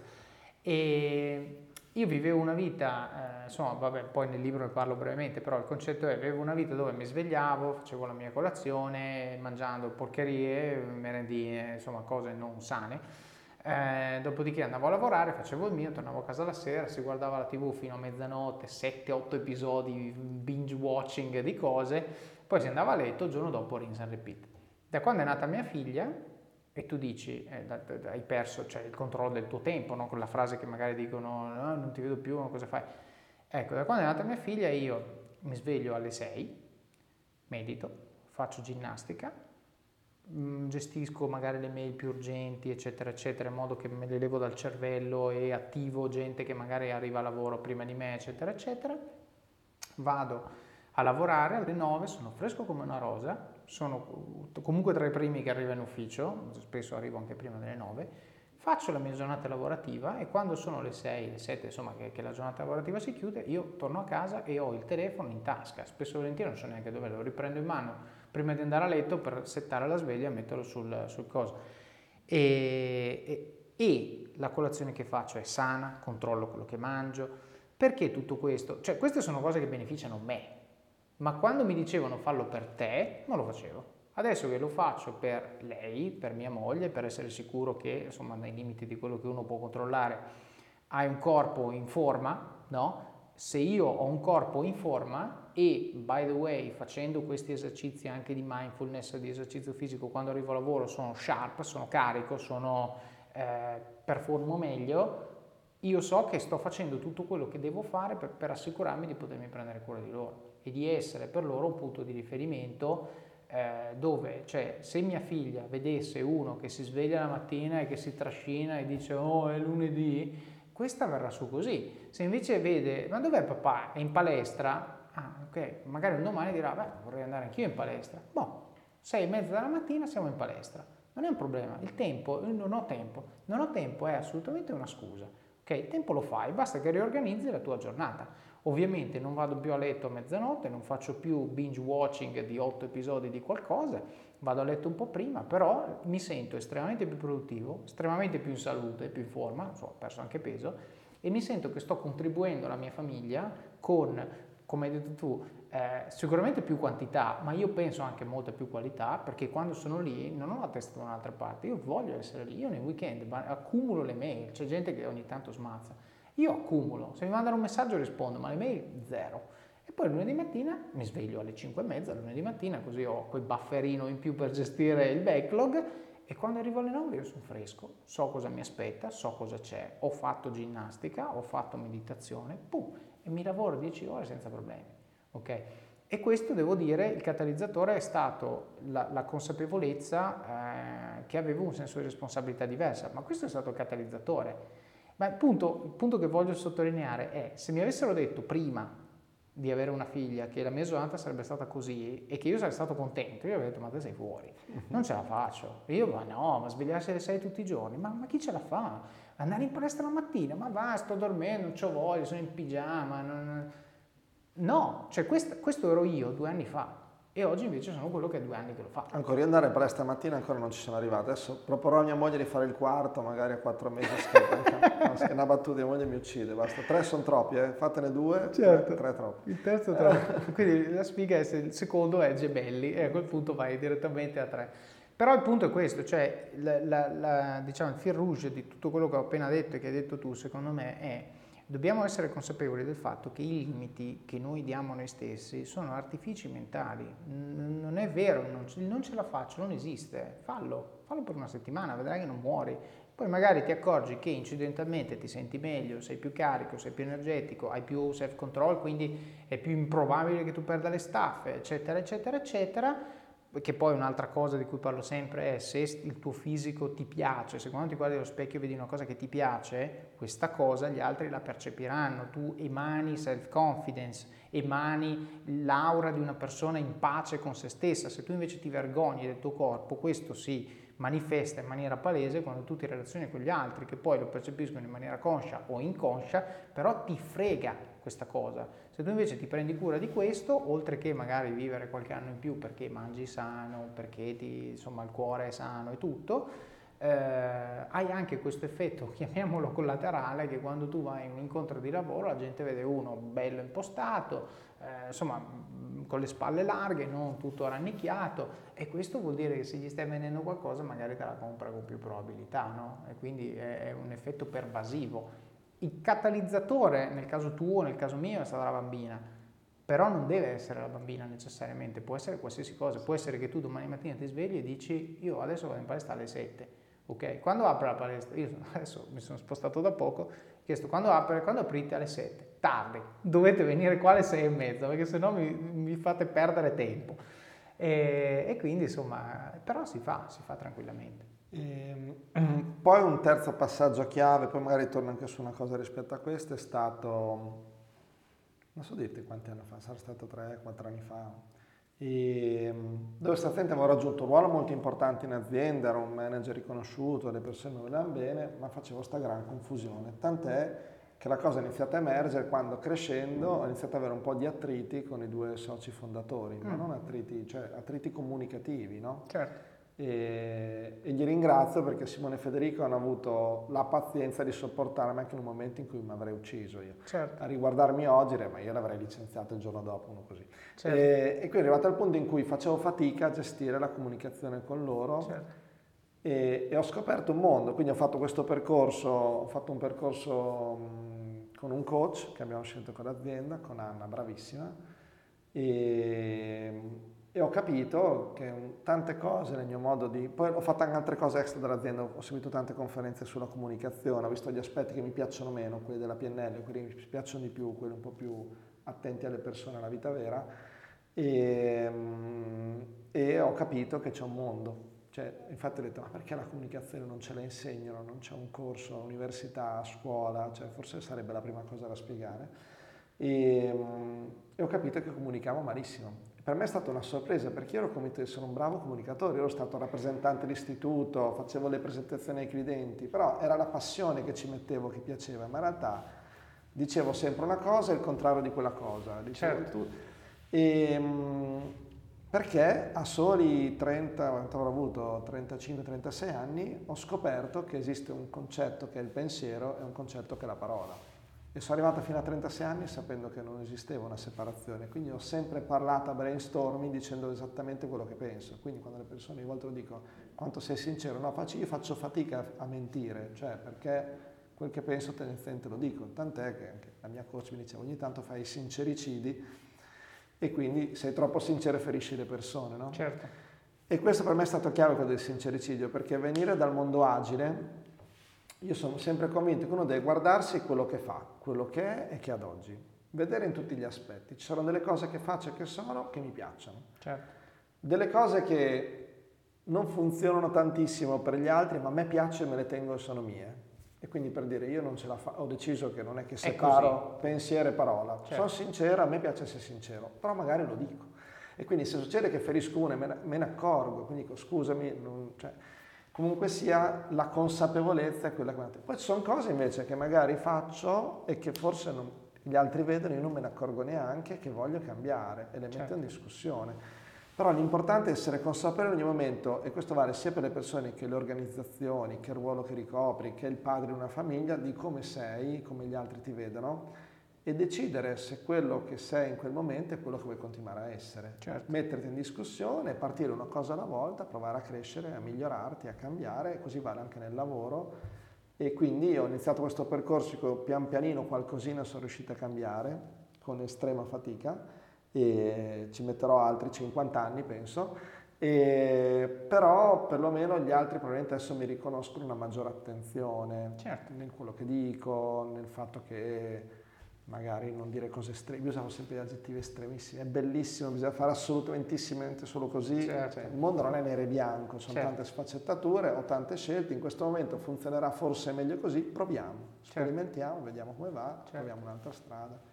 E io vivevo una vita, insomma, vabbè, poi nel libro ne parlo brevemente, però il concetto è, vivevo una vita dove mi svegliavo, facevo la mia colazione, mangiando porcherie, merendine, insomma, cose non sane. Dopodiché andavo a lavorare, facevo il mio, tornavo a casa la sera, si guardava la TV fino a mezzanotte, 7-8 episodi, binge watching di cose, poi si andava a letto, il giorno dopo rinse and repeat. Da quando è nata mia figlia, e tu dici, hai perso, cioè, il controllo del tuo tempo, no? Con la frase che magari dicono, no, non ti vedo più, ma cosa fai? Ecco, da quando è nata mia figlia io mi sveglio alle 6, medito, faccio ginnastica, gestisco magari le mail più urgenti, eccetera, eccetera, in modo che me le levo dal cervello e attivo gente che magari arriva a lavoro prima di me, eccetera, eccetera. Vado a lavorare alle 9, sono fresco come una rosa, sono comunque tra i primi che arriva in ufficio, spesso arrivo anche prima delle 9, faccio la mia giornata lavorativa e quando sono le 6, le 7, insomma che la giornata lavorativa si chiude, io torno a casa e ho il telefono in tasca, spesso e volentieri non so neanche dove, lo riprendo in mano prima di andare a letto per settare la sveglia e metterlo sul coso. E la colazione che faccio è sana, controllo quello che mangio. Perché tutto questo? Cioè queste sono cose che beneficiano me. Ma quando mi dicevano fallo per te, non lo facevo. Adesso che lo faccio per lei, per mia moglie, per essere sicuro che, insomma, nei limiti di quello che uno può controllare, hai un corpo in forma, no? Se io ho un corpo in forma e, by the way, facendo questi esercizi anche di mindfulness, di esercizio fisico, quando arrivo a lavoro sono sharp, sono carico, performo meglio, io so che sto facendo tutto quello che devo fare per assicurarmi di potermi prendere cura di loro e di essere per loro un punto di riferimento dove, cioè, se mia figlia vedesse uno che si sveglia la mattina e che si trascina e dice oh è lunedì, questa verrà su così. Se invece vede ma dov'è papà? È in palestra? Ah ok, magari un domani dirà beh vorrei andare anch'io in palestra. Boh, 6:30 della mattina siamo in palestra. Non è un problema, il tempo, non ho tempo è assolutamente una scusa. Ok, il tempo lo fai, basta che riorganizzi la tua giornata. Ovviamente non vado più a letto a mezzanotte, non faccio più binge watching di 8 episodi di qualcosa, vado a letto un po' prima, però mi sento estremamente più produttivo, estremamente più in salute, più in forma, ho perso anche peso, e mi sento che sto contribuendo alla mia famiglia con, come hai detto tu, sicuramente più quantità, ma io penso anche molta più qualità, perché quando sono lì non ho la testa da un'altra parte, io voglio essere lì, io nei weekend accumulo le mail, c'è gente che ogni tanto smazza, io accumulo, se mi mandano un messaggio rispondo, ma le mail zero. E poi lunedì mattina mi sveglio alle 5:30, lunedì mattina, così ho quel bufferino in più per gestire il backlog, e quando arrivo alle 9 io sono fresco, so cosa mi aspetta, so cosa c'è, ho fatto ginnastica, ho fatto meditazione, pum, e mi lavoro 10 ore senza problemi. Ok? E questo, devo dire, il catalizzatore è stato la consapevolezza che avevo un senso di responsabilità diversa, ma questo è stato il catalizzatore. Ma il punto che voglio sottolineare è, se mi avessero detto prima di avere una figlia che la mia giornata sarebbe stata così e che io sarei stato contento, io avrei detto ma te sei fuori, non ce la faccio. E io ma no, ma svegliarsi alle 6 tutti i giorni, ma chi ce la fa? Andare in palestra la mattina, ma va, sto dormendo, non c'ho voglia, sono in pigiama. No, cioè questo ero io 2 anni fa e oggi invece sono quello che è 2 anni che lo fa. Ancora io andare in palestra mattina ancora non ci sono arrivato. Adesso proporrò a mia moglie di fare il quarto, magari a 4 mesi. No, è una battuta, mia moglie mi uccide. Basta, 3 sono troppi, fatene 2, Certo. 3 troppi. Il terzo è troppo. Quindi la sfiga è se il secondo è gemelli e a quel punto vai direttamente a 3. Però il punto è questo, cioè diciamo, il fil rouge di tutto quello che ho appena detto e che hai detto tu, secondo me, è dobbiamo essere consapevoli del fatto che i limiti che noi diamo a noi stessi sono artifici mentali. Non è vero, non ce la faccio, non esiste. Fallo per una settimana, vedrai che non muori. Poi magari ti accorgi che incidentalmente ti senti meglio, sei più carico, sei più energetico, hai più self-control, quindi è più improbabile che tu perda le staffe, eccetera, eccetera, eccetera. Che poi un'altra cosa di cui parlo sempre è se il tuo fisico ti piace, se quando ti guardi allo specchio vedi una cosa che ti piace, questa cosa gli altri la percepiranno, tu emani self-confidence, emani l'aura di una persona in pace con se stessa. Se tu invece ti vergogni del tuo corpo, questo si manifesta in maniera palese quando tu ti relazioni con gli altri, che poi lo percepiscono in maniera conscia o inconscia, però ti frega questa cosa. Se tu invece ti prendi cura di questo, oltre che magari vivere qualche anno in più perché mangi sano, perché insomma il cuore è sano e tutto, hai anche questo effetto, chiamiamolo collaterale, che quando tu vai in un incontro di lavoro la gente vede uno bello impostato, insomma con le spalle larghe, non tutto rannicchiato, e questo vuol dire che se gli stai vendendo qualcosa magari te la compra con più probabilità, no? E quindi è un effetto pervasivo. Il catalizzatore, nel caso tuo, nel caso mio, è stata la bambina, però non deve essere la bambina necessariamente, può essere qualsiasi cosa, può essere che tu domani mattina ti svegli e dici io adesso vado in palestra alle 7, ok? Quando apre la palestra? Io adesso mi sono spostato da poco, ho chiesto quando aprite alle 7? Tardi, dovete venire qua alle 6:30 perché sennò mi fate perdere tempo. E quindi insomma, però si fa tranquillamente. Poi un terzo passaggio chiave, poi magari torno anche su una cosa rispetto a questo, è stato, non so dirti quanti anni fa, sarà stato 3-4 anni fa, dove sostanzialmente avevo raggiunto un ruolo molto importante in azienda, ero un manager riconosciuto, le persone mi volevano bene, ma facevo sta gran confusione, tant'è che la cosa è iniziata a emergere quando crescendo ho iniziato ad avere un po' di attriti con i 2 soci fondatori, ma non attriti, cioè attriti comunicativi, no? Certo. E gli ringrazio perché Simone e Federico hanno avuto la pazienza di sopportarmi anche in un momento in cui mi avrei ucciso io. Certo. A riguardarmi oggi, ma io l'avrei licenziato il giorno dopo, uno così. Certo. E quindi è arrivato al punto in cui facevo fatica a gestire la comunicazione con loro. Certo. E ho scoperto un mondo, quindi ho fatto questo percorso, ho fatto un percorso con un coach che abbiamo scelto con l'azienda, con Anna, bravissima, e ho capito che tante cose nel mio modo di... Poi ho fatto anche altre cose extra dell'azienda, ho seguito tante conferenze sulla comunicazione, ho visto gli aspetti che mi piacciono meno, quelli della PNL, quelli che mi piacciono di più, quelli un po' più attenti alle persone, alla vita vera, e ho capito che c'è un mondo. Cioè, infatti ho detto, ma perché la comunicazione non ce la insegnano, non c'è un corso all'università, a scuola, cioè, forse sarebbe la prima cosa da spiegare. E ho capito che comunicavo malissimo. Per me è stata una sorpresa perché io ero convinto di essere un bravo comunicatore, ero stato rappresentante dell'istituto, facevo le presentazioni ai clienti, però era la passione che ci mettevo che piaceva, ma in realtà dicevo sempre una cosa e il contrario di quella cosa. Certo. Perché a soli 30, quanto avrò avuto 35-36 anni, ho scoperto che esiste un concetto che è il pensiero e un concetto che è la parola. E sono arrivato fino a 36 anni sapendo che non esisteva una separazione, quindi ho sempre parlato a brainstorming dicendo esattamente quello che penso. Quindi quando le persone a volte lo dico, quanto sei sincero, no, io faccio fatica a mentire, cioè perché quel che penso tendenzialmente lo dico, tant'è che anche la mia coach mi diceva ogni tanto fai i sincericidi e quindi sei troppo sincero e ferisci le persone, no? Certo. E questo per me è stato chiaro quello del sincericidio, perché venire dal mondo agile, io sono sempre convinto che uno deve guardarsi quello che fa, quello che è e che è ad oggi, vedere in tutti gli aspetti. Ci sono delle cose che faccio e che sono che mi piacciono, Certo. delle cose che non funzionano tantissimo per gli altri, ma a me piacciono e me le tengo e sono mie. E quindi per dire io non ce la ho deciso che non è che separo pensiero e parola. Certo. Sono sincero, a me piace essere sincero, però magari lo dico. E quindi se succede che ferisco uno e me ne accorgo, quindi dico scusami, cioè, comunque sia la consapevolezza è quella che... Poi ci sono cose invece che magari faccio e che forse gli altri vedono, io non me ne accorgo neanche, che voglio cambiare e le metto in discussione. Però l'importante è essere consapevole in ogni momento, e questo vale sia per le persone che le organizzazioni, che il ruolo che ricopri, che il padre di una famiglia, di come sei, come gli altri ti vedono, e decidere se quello che sei in quel momento è quello che vuoi continuare a essere. Certo. Metterti in discussione, partire una cosa alla volta, provare a crescere, a migliorarti, a cambiare, e così vale anche nel lavoro. E quindi ho iniziato questo percorso che pian pianino qualcosina sono riuscito a cambiare, con estrema fatica, e ci metterò altri 50 anni penso, però perlomeno gli altri probabilmente adesso mi riconoscono una maggiore attenzione nel quello che dico, nel fatto che magari non dire cose estreme, io usavo sempre gli aggettivi estremissimi, è bellissimo, bisogna fare assolutissimamente solo così, cioè, il mondo non è nero e bianco, sono tante sfaccettature, ho tante scelte, in questo momento funzionerà forse meglio così, proviamo, sperimentiamo, vediamo come va, proviamo un'altra strada.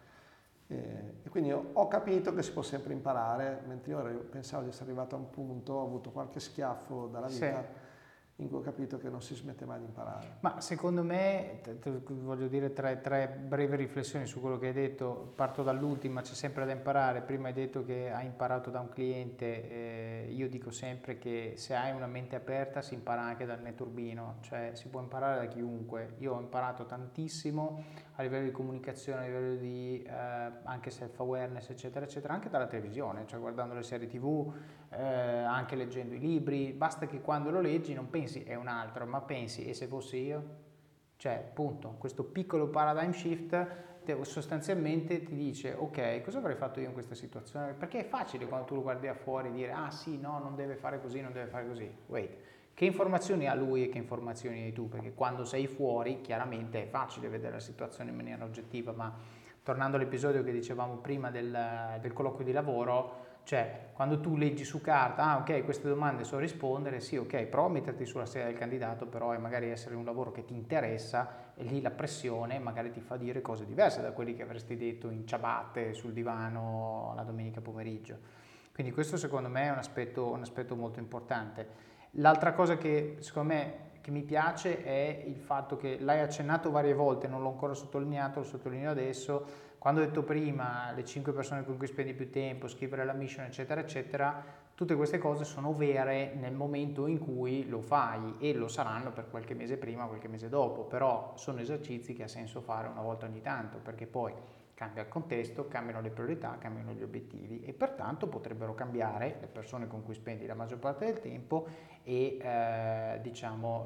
E quindi ho capito che si può sempre imparare, mentre io pensavo di essere arrivato a un punto, ho avuto qualche schiaffo dalla vita in cui ho capito che non si smette mai di imparare. Ma secondo me, voglio dire tre brevi riflessioni su quello che hai detto, parto dall'ultima, c'è sempre da imparare. Prima hai detto che hai imparato da un cliente, io dico sempre che se hai una mente aperta si impara anche dal netturbino, cioè si può imparare da chiunque. Io ho imparato tantissimo a livello di comunicazione, a livello di anche self-awareness, eccetera, eccetera, anche dalla televisione, cioè guardando le serie TV, anche leggendo i libri. Basta che quando lo leggi non pensi è un altro, ma pensi e se fossi io? Cioè, punto, questo piccolo paradigm shift sostanzialmente ti dice ok, cosa avrei fatto io in questa situazione? Perché è facile quando tu lo guardi da fuori dire ah sì, no, non deve fare così, non deve fare così. Wait, che informazioni ha lui e che informazioni hai tu? Perché quando sei fuori chiaramente è facile vedere la situazione in maniera oggettiva, ma tornando all'episodio che dicevamo prima del colloquio di lavoro, cioè quando tu leggi su carta, ah ok, queste domande so rispondere, sì ok, prova a metterti sulla sedia del candidato, però è magari essere un lavoro che ti interessa e lì la pressione magari ti fa dire cose diverse da quelli che avresti detto in ciabatte sul divano la domenica pomeriggio. Quindi questo secondo me è un aspetto molto importante. L'altra cosa che secondo me che mi piace è il fatto che l'hai accennato varie volte, non l'ho ancora sottolineato, lo sottolineo adesso, quando ho detto prima le 5 persone con cui spendi più tempo, scrivere la mission eccetera eccetera, tutte queste cose sono vere nel momento in cui lo fai e lo saranno per qualche mese prima, qualche mese dopo, però sono esercizi che ha senso fare una volta ogni tanto perché poi cambia il contesto, cambiano le priorità, cambiano gli obiettivi e pertanto potrebbero cambiare le persone con cui spendi la maggior parte del tempo e diciamo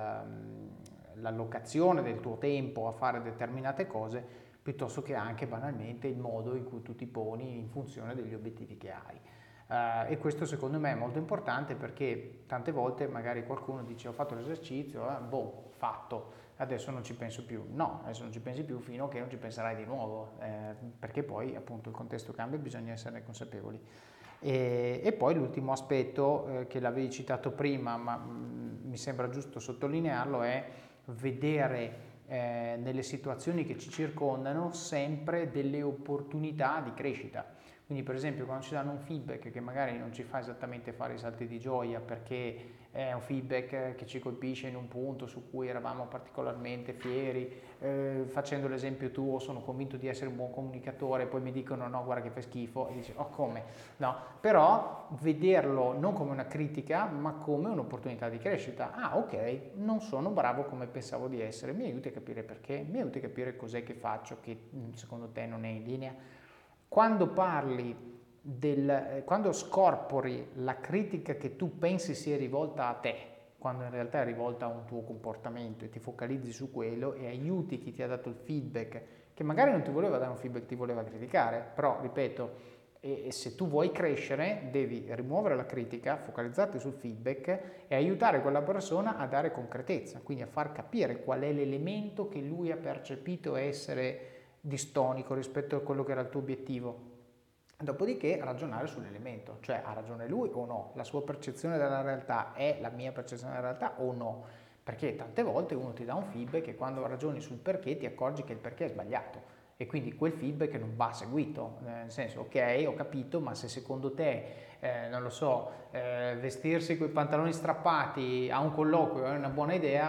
l'allocazione del tuo tempo a fare determinate cose piuttosto che anche banalmente il modo in cui tu ti poni in funzione degli obiettivi che hai. E questo secondo me è molto importante, perché tante volte magari qualcuno dice ho fatto l'esercizio, fatto, adesso non ci penso più. No, adesso non ci pensi più fino a che non ci penserai di nuovo, perché poi appunto il contesto cambia e bisogna esserne consapevoli. E poi l'ultimo aspetto che l'avevi citato prima, ma mi sembra giusto sottolinearlo, è vedere nelle situazioni che ci circondano sempre delle opportunità di crescita. Quindi per esempio quando ci danno un feedback che magari non ci fa esattamente fare i salti di gioia, perché è un feedback che ci colpisce in un punto su cui eravamo particolarmente fieri, facendo l'esempio tuo, sono convinto di essere un buon comunicatore, poi mi dicono no, guarda che fai schifo, e dici oh come? No, però vederlo non come una critica ma come un'opportunità di crescita. Ah, ok, non sono bravo come pensavo di essere, mi aiuti a capire perché, mi aiuti a capire cos'è che faccio che secondo te non è in linea. Quando parli quando scorpori la critica che tu pensi sia rivolta a te, quando in realtà è rivolta a un tuo comportamento, e ti focalizzi su quello e aiuti chi ti ha dato il feedback, che magari non ti voleva dare un feedback, ti voleva criticare, però ripeto, e se tu vuoi crescere devi rimuovere la critica, focalizzarti sul feedback e aiutare quella persona a dare concretezza, quindi a far capire qual è l'elemento che lui ha percepito essere distonico rispetto a quello che era il tuo obiettivo. Dopodiché ragionare sull'elemento, cioè ha ragione lui o no, la sua percezione della realtà è la mia percezione della realtà o no, perché tante volte uno ti dà un feedback e quando ragioni sul perché ti accorgi che il perché è sbagliato e quindi quel feedback non va seguito, nel senso ok ho capito, ma se secondo te non lo so, vestirsi con i pantaloni strappati a un colloquio è una buona idea,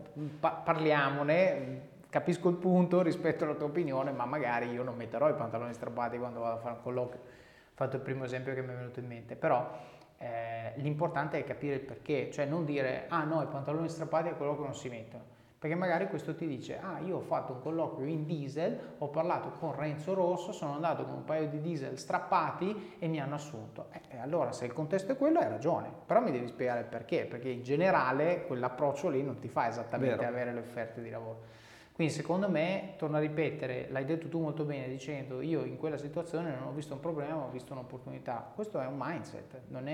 parliamone. Capisco il punto, rispetto alla tua opinione, ma magari io non metterò i pantaloni strappati quando vado a fare un colloquio. Ho fatto il primo esempio che mi è venuto in mente, però l'importante è capire il perché, cioè non dire ah no, i pantaloni strappati a colloquio non si mettono, perché magari questo ti dice ah io ho fatto un colloquio in diesel, ho parlato con Renzo Rosso, sono andato con un paio di diesel strappati e mi hanno assunto. Allora se il contesto è quello hai ragione, però mi devi spiegare il perché in generale quell'approccio lì non ti fa esattamente avere le offerte di lavoro. Quindi secondo me, torno a ripetere, l'hai detto tu molto bene dicendo io in quella situazione non ho visto un problema, ho visto un'opportunità. Questo è un mindset, non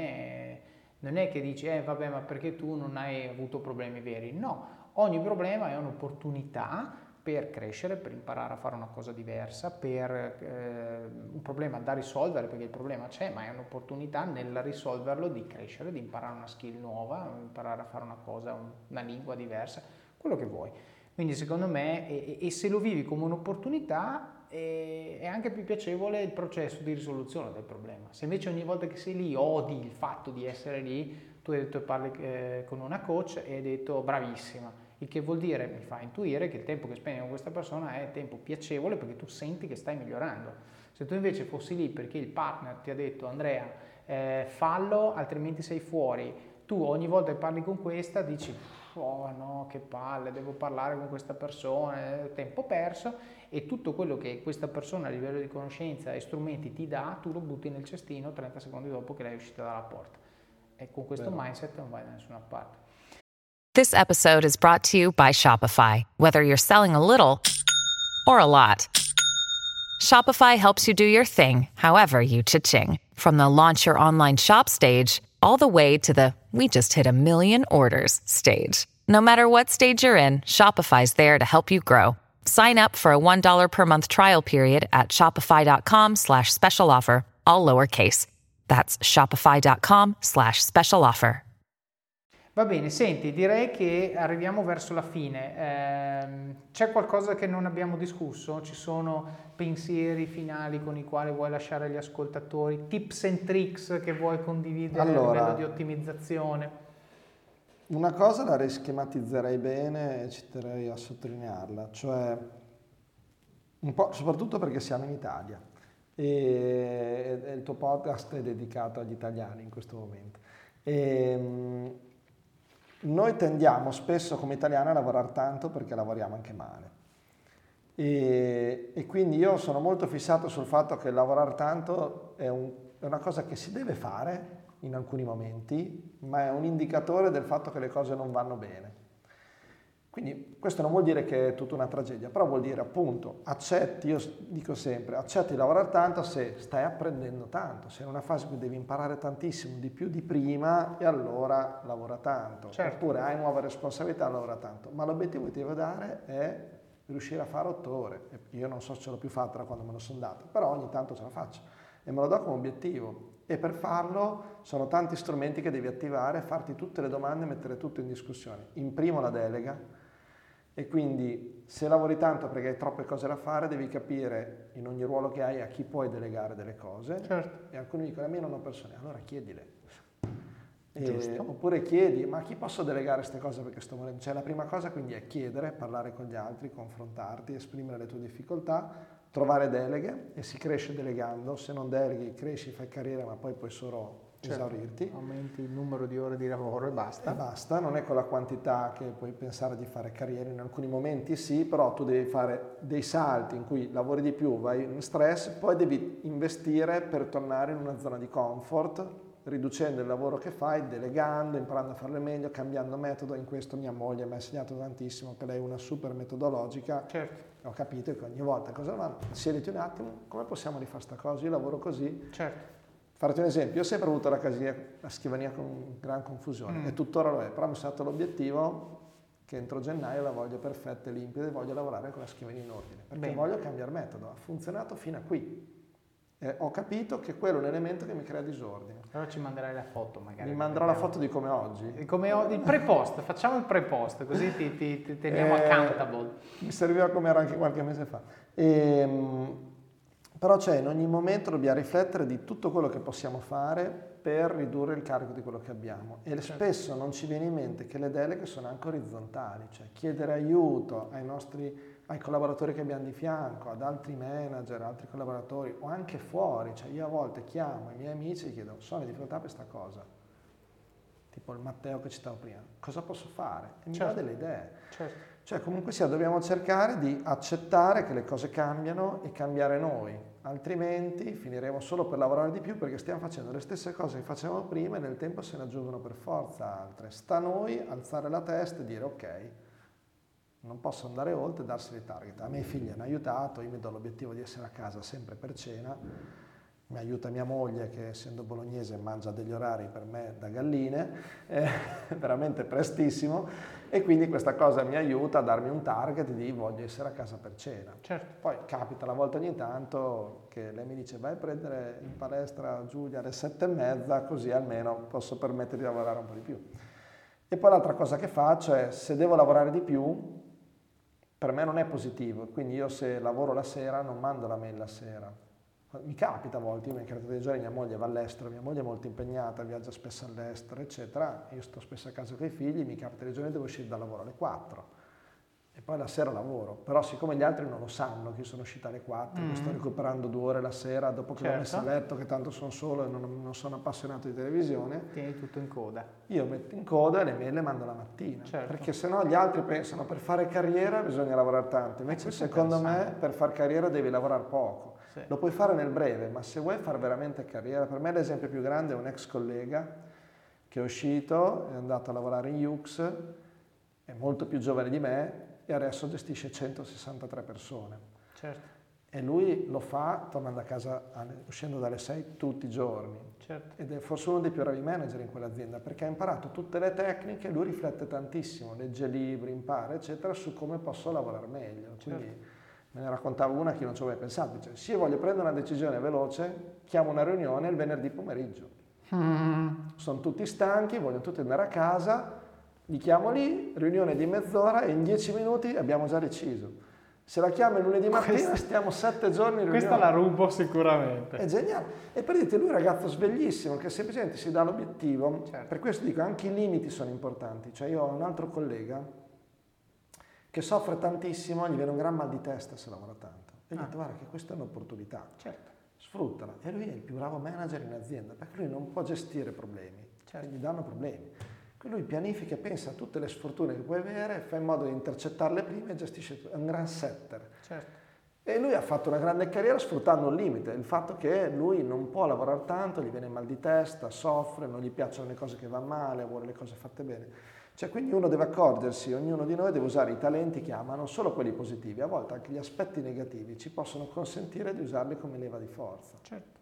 è che dici vabbè ma perché tu non hai avuto problemi veri. No, ogni problema è un'opportunità per crescere, per imparare a fare una cosa diversa, per un problema da risolvere, perché il problema c'è, ma è un'opportunità nel risolverlo di crescere, di imparare una skill nuova, imparare a fare una cosa, una lingua diversa, quello che vuoi. Quindi secondo me, e se lo vivi come un'opportunità, è anche più piacevole il processo di risoluzione del problema. Se invece ogni volta che sei lì odi il fatto di essere lì, tu hai detto parli con una coach e hai detto bravissima, il che vuol dire, mi fa intuire che il tempo che spendi con questa persona è tempo piacevole perché tu senti che stai migliorando. Se tu invece fossi lì perché il partner ti ha detto Andrea fallo altrimenti sei fuori, tu ogni volta che parli con questa dici oh no che palle, devo parlare con questa persona, tempo perso, e tutto quello che questa persona a livello di conoscenza e strumenti ti dà tu lo butti nel cestino 30 secondi dopo che lei è uscita dalla porta, e con questo mindset non vai da nessuna parte. This episode is brought to you by Shopify. Whether you're selling a little or a lot, Shopify helps you do your thing, however you cha-ching. From the launch your online shop stage, all the way to the we just hit 1 million orders stage. No matter what stage you're in, Shopify's there to help you grow. Sign up for a $1 per month trial period at shopify.com/special offer, all lowercase. That's shopify.com/special offer. Va bene, senti, direi che arriviamo verso la fine. C'è qualcosa che non abbiamo discusso? Ci sono pensieri finali con i quali vuoi lasciare gli ascoltatori? Tips and tricks che vuoi condividere a livello di ottimizzazione? Una cosa la rischematizzerei bene e ci terrei a sottolinearla, cioè un po', soprattutto perché siamo in Italia e il tuo podcast è dedicato agli italiani in questo momento. Noi tendiamo spesso come italiani a lavorare tanto perché lavoriamo anche male e quindi io sono molto fissato sul fatto che lavorare tanto è una cosa che si deve fare in alcuni momenti, ma è un indicatore del fatto che le cose non vanno bene. Quindi questo non vuol dire che è tutta una tragedia, però vuol dire appunto accetti, io dico sempre, accetti di lavorare tanto se stai apprendendo tanto, sei in una fase in cui devi imparare tantissimo di più di prima e allora lavora tanto. Certo. Oppure hai nuove responsabilità, lavora tanto. Ma l'obiettivo che ti devo dare è riuscire a fare 8 ore. Io non so se ce l'ho più fatta da quando me lo sono dato, però ogni tanto ce la faccio e me lo do come obiettivo. E per farlo sono tanti strumenti che devi attivare, farti tutte le domande e mettere tutto in discussione. In primo la delega. E quindi se lavori tanto perché hai troppe cose da fare, devi capire in ogni ruolo che hai a chi puoi delegare delle cose. Certo. E alcuni dicono a me non ho persone, allora chiedile. Giusto. Oppure chiedi, ma a chi posso delegare queste cose perché sto morendo? Cioè la prima cosa quindi è chiedere, parlare con gli altri, confrontarti, esprimere le tue difficoltà, trovare deleghe e si cresce delegando. Se non deleghi cresci, fai carriera ma poi puoi solo esaurirti. Aumenti il numero di ore di lavoro e basta. E basta, non è con la quantità che puoi pensare di fare carriera, in alcuni momenti sì, però tu devi fare dei salti in cui lavori di più, vai in stress, poi devi investire per tornare in una zona di comfort, riducendo il lavoro che fai, delegando, imparando a farlo meglio, cambiando metodo. In questo mia moglie mi ha insegnato tantissimo, che lei è una super metodologica. Certo. Ho capito che ogni volta cosa va, siediti un attimo, come possiamo rifare sta cosa? Io lavoro così. Certo. Farti un esempio, io ho sempre avuto la scrivania con gran confusione e tuttora lo è, però mi sono dato l'obiettivo che entro gennaio la voglio perfetta e limpida e voglio lavorare con la scrivania in ordine, perché voglio cambiare metodo, ha funzionato fino a qui. Ho capito che quello è un elemento che mi crea disordine. Allora ci manderai la foto magari. Mi manderò la foto di come oggi. Il pre-post, facciamo il pre-post, così ti teniamo accountable. Mi serviva come era anche qualche mese fa. Però in ogni momento dobbiamo riflettere di tutto quello che possiamo fare per ridurre il carico di quello che abbiamo. E spesso non ci viene in mente che le deleghe sono anche orizzontali, cioè chiedere aiuto ai collaboratori che abbiamo di fianco, ad altri manager, altri collaboratori o anche fuori. Cioè io a volte chiamo i miei amici e chiedo, sono in difficoltà per questa cosa, tipo il Matteo che citavo prima, cosa posso fare? E mi dà delle idee. Certo. Cioè comunque sia, dobbiamo cercare di accettare che le cose cambiano e cambiare noi, altrimenti finiremo solo per lavorare di più perché stiamo facendo le stesse cose che facevamo prima e nel tempo se ne aggiungono per forza altre. Sta a noi alzare la testa e dire ok, non posso andare oltre e darsi dei target. A me i figli hanno aiutato, io mi do l'obiettivo di essere a casa sempre per cena. Mi aiuta mia moglie che essendo bolognese mangia degli orari per me da galline, veramente prestissimo, e quindi questa cosa mi aiuta a darmi un target di voglio essere a casa per cena. Certo. Poi capita una volta ogni tanto che lei mi dice vai a prendere in palestra Giulia alle 7:30 così almeno posso permettere di lavorare un po' di più. E poi l'altra cosa che faccio è se devo lavorare di più per me non è positivo, quindi io se lavoro la sera non mando la mail la sera. Mi capita a volte, io mi capita dei giorni, mia moglie va all'estero, mia moglie è molto impegnata, viaggia spesso all'estero, eccetera, io sto spesso a casa con i figli, mi capita dei giorni devo uscire dal lavoro alle 4 e poi la sera lavoro, però siccome gli altri non lo sanno che io sono uscita alle 4, che sto recuperando 2 ore la sera dopo che l'ho messa a letto, che tanto sono solo e non sono appassionato di televisione, Tieni tutto in coda. io metto in coda e le mail le mando la mattina, Certo. perché sennò gli altri pensano per fare carriera bisogna lavorare tanto, invece secondo me per fare carriera devi lavorare poco. Sì. Lo puoi fare nel breve, ma se vuoi fare veramente carriera, per me l'esempio più grande è un ex collega che è uscito, è andato a lavorare in Yux, è molto più giovane di me e adesso gestisce 163 persone. Certo. E lui lo fa tornando a casa, uscendo dalle 6 tutti i giorni. Certo. Ed è forse uno dei più bravi manager in quell'azienda perché ha imparato tutte le tecniche, lui riflette tantissimo, legge libri, impara, eccetera, su come posso lavorare meglio. Quindi me ne raccontavo una che io non ci avevo mai pensato. Cioè, se io voglio prendere una decisione veloce, chiamo una riunione il venerdì pomeriggio. Sono tutti stanchi, vogliono tutti andare a casa, li chiamo lì, riunione di mezz'ora e in 10 minuti abbiamo già deciso. Se la chiamo il lunedì mattina stiamo 7 giorni in riunione. Questa la rubo sicuramente. È geniale. E per dirti, lui è un ragazzo sveglissimo che semplicemente si dà l'obiettivo. Certo. Per questo dico, anche i limiti sono importanti. Cioè io ho un altro collega che soffre tantissimo, gli viene un gran mal di testa se lavora tanto. E gli ho detto, guarda che questa è un'opportunità. Certo. Sfruttala. E lui è il più bravo manager in azienda, perché lui non può gestire problemi. Certo. Gli danno problemi. Quindi lui pianifica e pensa a tutte le sfortune che puoi avere, fa in modo di intercettarle prima e gestisce tutto. È un gran setter. Certo. E lui ha fatto una grande carriera sfruttando un limite, il fatto che lui non può lavorare tanto, gli viene mal di testa, soffre, non gli piacciono le cose che vanno male, vuole le cose fatte bene. Cioè, quindi uno deve accorgersi, ognuno di noi deve usare i talenti che ha, ma non solo quelli positivi, a volte anche gli aspetti negativi ci possono consentire di usarli come leva di forza. Certo.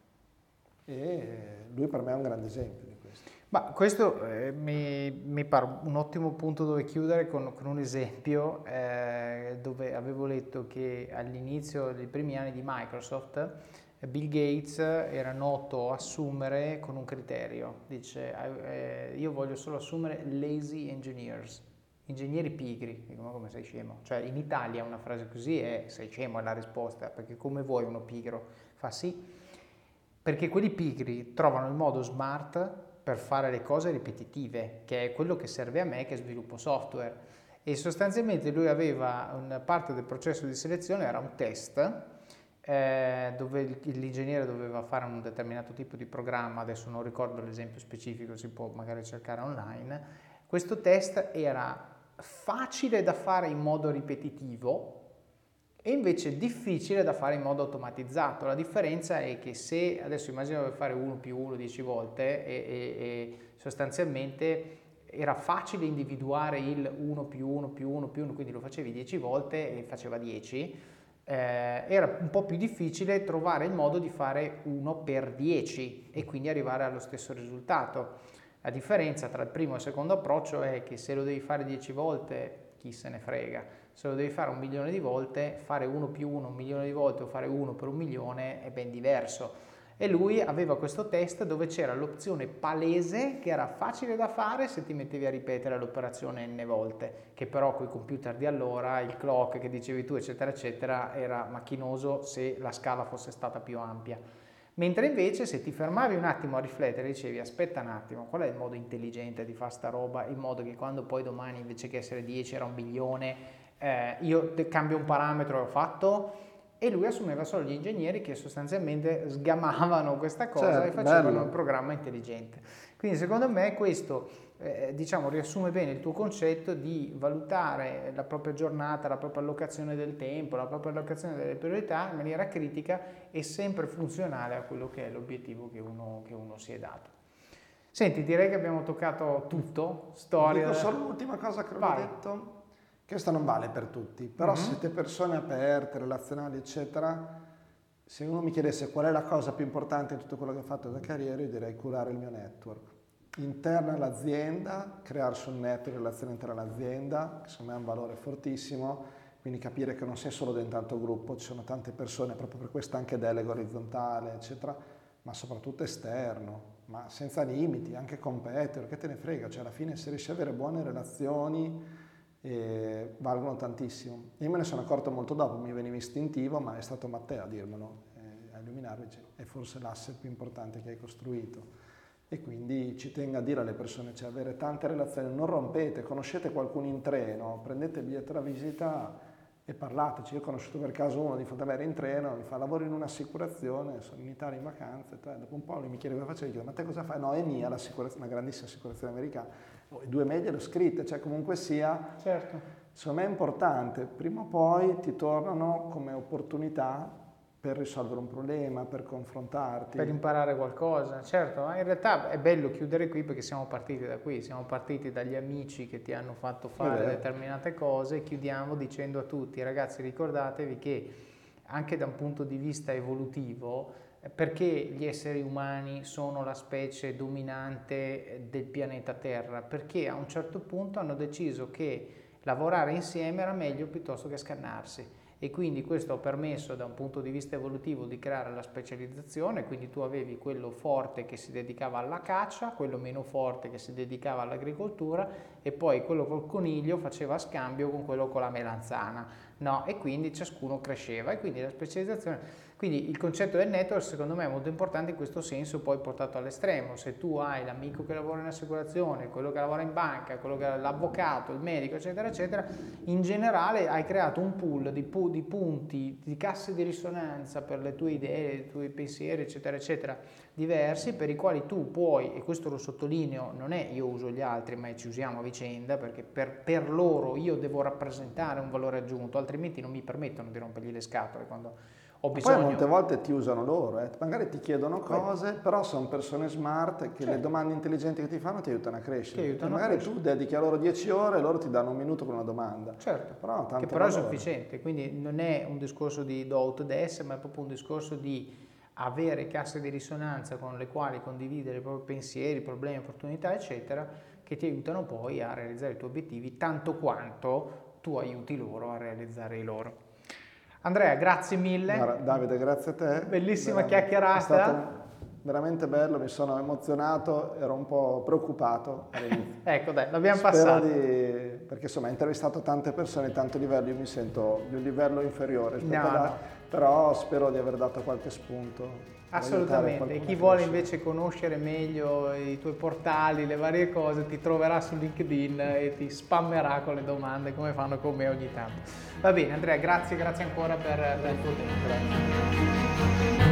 E lui per me è un grande esempio di questo. Ma questo mi pare un ottimo punto dove chiudere con un esempio dove avevo letto che all'inizio dei primi anni di Microsoft Bill Gates era noto assumere con un criterio, dice io voglio solo assumere lazy engineers, ingegneri pigri. Dico, ma come sei scemo? Cioè in Italia una frase così è sei scemo è la risposta, perché come vuoi uno pigro? Fa sì, perché quelli pigri trovano il modo smart per fare le cose ripetitive, che è quello che serve a me che sviluppo software. E sostanzialmente lui aveva una parte del processo di selezione, era un test dove l'ingegnere doveva fare un determinato tipo di programma, adesso non ricordo l'esempio specifico, si può magari cercare online. Questo test era facile da fare in modo ripetitivo e invece difficile da fare in modo automatizzato. La differenza è che se adesso immagino di fare 1 più 1 10 volte e sostanzialmente era facile individuare il 1 più 1 più 1 più 1, quindi lo facevi 10 volte e faceva 10, era un po' più difficile trovare il modo di fare 1 per 10 e quindi arrivare allo stesso risultato. La differenza tra il primo e il secondo approccio è che se lo devi fare 10 volte, chi se ne frega. Se lo devi fare 1 milione di volte, fare 1 più 1 1 milione di volte o fare 1 per 1 milione è ben diverso. E lui aveva questo test dove c'era l'opzione palese che era facile da fare se ti mettevi a ripetere l'operazione n volte, che però con i computer di allora, il clock che dicevi tu eccetera eccetera era macchinoso se la scala fosse stata più ampia. Mentre invece se ti fermavi un attimo a riflettere dicevi aspetta un attimo, qual è il modo intelligente di fare sta roba, in modo che quando poi domani invece che essere 10 era 1 milione, io cambio un parametro e ho fatto. E lui assumeva solo gli ingegneri che sostanzialmente sgamavano questa cosa e facevano un programma intelligente. Quindi secondo me questo diciamo riassume bene il tuo concetto di valutare la propria giornata, la propria allocazione del tempo, la propria allocazione delle priorità in maniera critica e sempre funzionale a quello che è l'obiettivo che uno si è dato. Senti, direi che abbiamo toccato tutto, storia. Dico solo l'ultima cosa che ho detto. Questa non vale per tutti, però se siete persone aperte, relazionali, eccetera, se uno mi chiedesse qual è la cosa più importante in tutto quello che ho fatto da carriera, io direi curare il mio network. Interna all'azienda, crearsi un network, relazione interna all'azienda, che secondo me è un valore fortissimo, quindi capire che non sei solo dentro un tanto gruppo, ci sono tante persone, proprio per questo anche delega orizzontale, eccetera, ma soprattutto esterno, ma senza limiti, anche competitor, che te ne frega, cioè alla fine se riesci ad avere buone relazioni, valgono tantissimo. Io me ne sono accorto molto dopo, mi veniva istintivo, ma è stato Matteo a dirmelo, a illuminarmi, è forse l'asset più importante che hai costruito. E quindi ci tengo a dire alle persone, cioè avere tante relazioni, non rompete, conoscete qualcuno in treno, prendete il biglietto da visita e parlateci. Io ho conosciuto per caso uno di Fontaverre in treno, mi fa lavoro in un'assicurazione, sono in Italia in vacanze, dopo un po' lui mi chiede cosa faccio, gli chiedo ma te cosa fai? No, è mia l'assicurazione, una grandissima assicurazione americana. 2 mail l'ho scritte, cioè comunque sia, certo. Secondo me è importante, prima o poi ti tornano come opportunità per risolvere un problema, per confrontarti. Per imparare qualcosa, certo, ma in realtà è bello chiudere qui perché siamo partiti da qui, siamo partiti dagli amici che ti hanno fatto fare determinate cose e chiudiamo dicendo a tutti, ragazzi ricordatevi che anche da un punto di vista evolutivo, perché gli esseri umani sono la specie dominante del pianeta Terra? Perché a un certo punto hanno deciso che lavorare insieme era meglio piuttosto che scannarsi e quindi questo ha permesso da un punto di vista evolutivo di creare la specializzazione, quindi tu avevi quello forte che si dedicava alla caccia, quello meno forte che si dedicava all'agricoltura e poi quello col coniglio faceva scambio con quello con la melanzana, no? E quindi ciascuno cresceva e quindi la specializzazione. Quindi il concetto del network secondo me è molto importante in questo senso, poi portato all'estremo. Se tu hai l'amico che lavora in assicurazione, quello che lavora in banca, quello che l'avvocato, il medico, eccetera, eccetera, in generale hai creato un pool di punti, di casse di risonanza per le tue idee, i tuoi pensieri, eccetera, eccetera, diversi, per i quali tu puoi, e questo lo sottolineo, non è io uso gli altri, ma ci usiamo a vicenda, perché per loro io devo rappresentare un valore aggiunto, altrimenti non mi permettono di rompergli le scatole quando ho Poi bisogno. molte volte ti usano loro, magari ti chiedono cose, però sono persone smart che le domande intelligenti che ti fanno ti aiutano a crescere. Ti aiutano a magari crescere. tu dedichi a loro 10 ore e loro ti danno un minuto per una domanda. Certo, Però che però è sufficiente, quindi non è un discorso di do out des, ma è proprio un discorso di avere casse di risonanza con le quali condividere i propri pensieri, problemi, opportunità, eccetera, che ti aiutano poi a realizzare i tuoi obiettivi, tanto quanto tu aiuti loro a realizzare i loro. Andrea, grazie mille. Davide, grazie a te. Bellissima chiacchierata. È stato veramente bello, mi sono emozionato, ero un po' preoccupato all'inizio. Ecco, dai, l'abbiamo Spero passato. perché insomma ho intervistato tante persone di tanto livello, io mi sento di un livello inferiore rispetto No, ad no. però spero di aver dato qualche spunto. Assolutamente, e chi vuole invece conoscere meglio i tuoi portali, le varie cose, ti troverà su LinkedIn e ti spammerà con le domande come fanno con me ogni tanto. Va bene Andrea, grazie ancora per il tuo tempo. Grazie.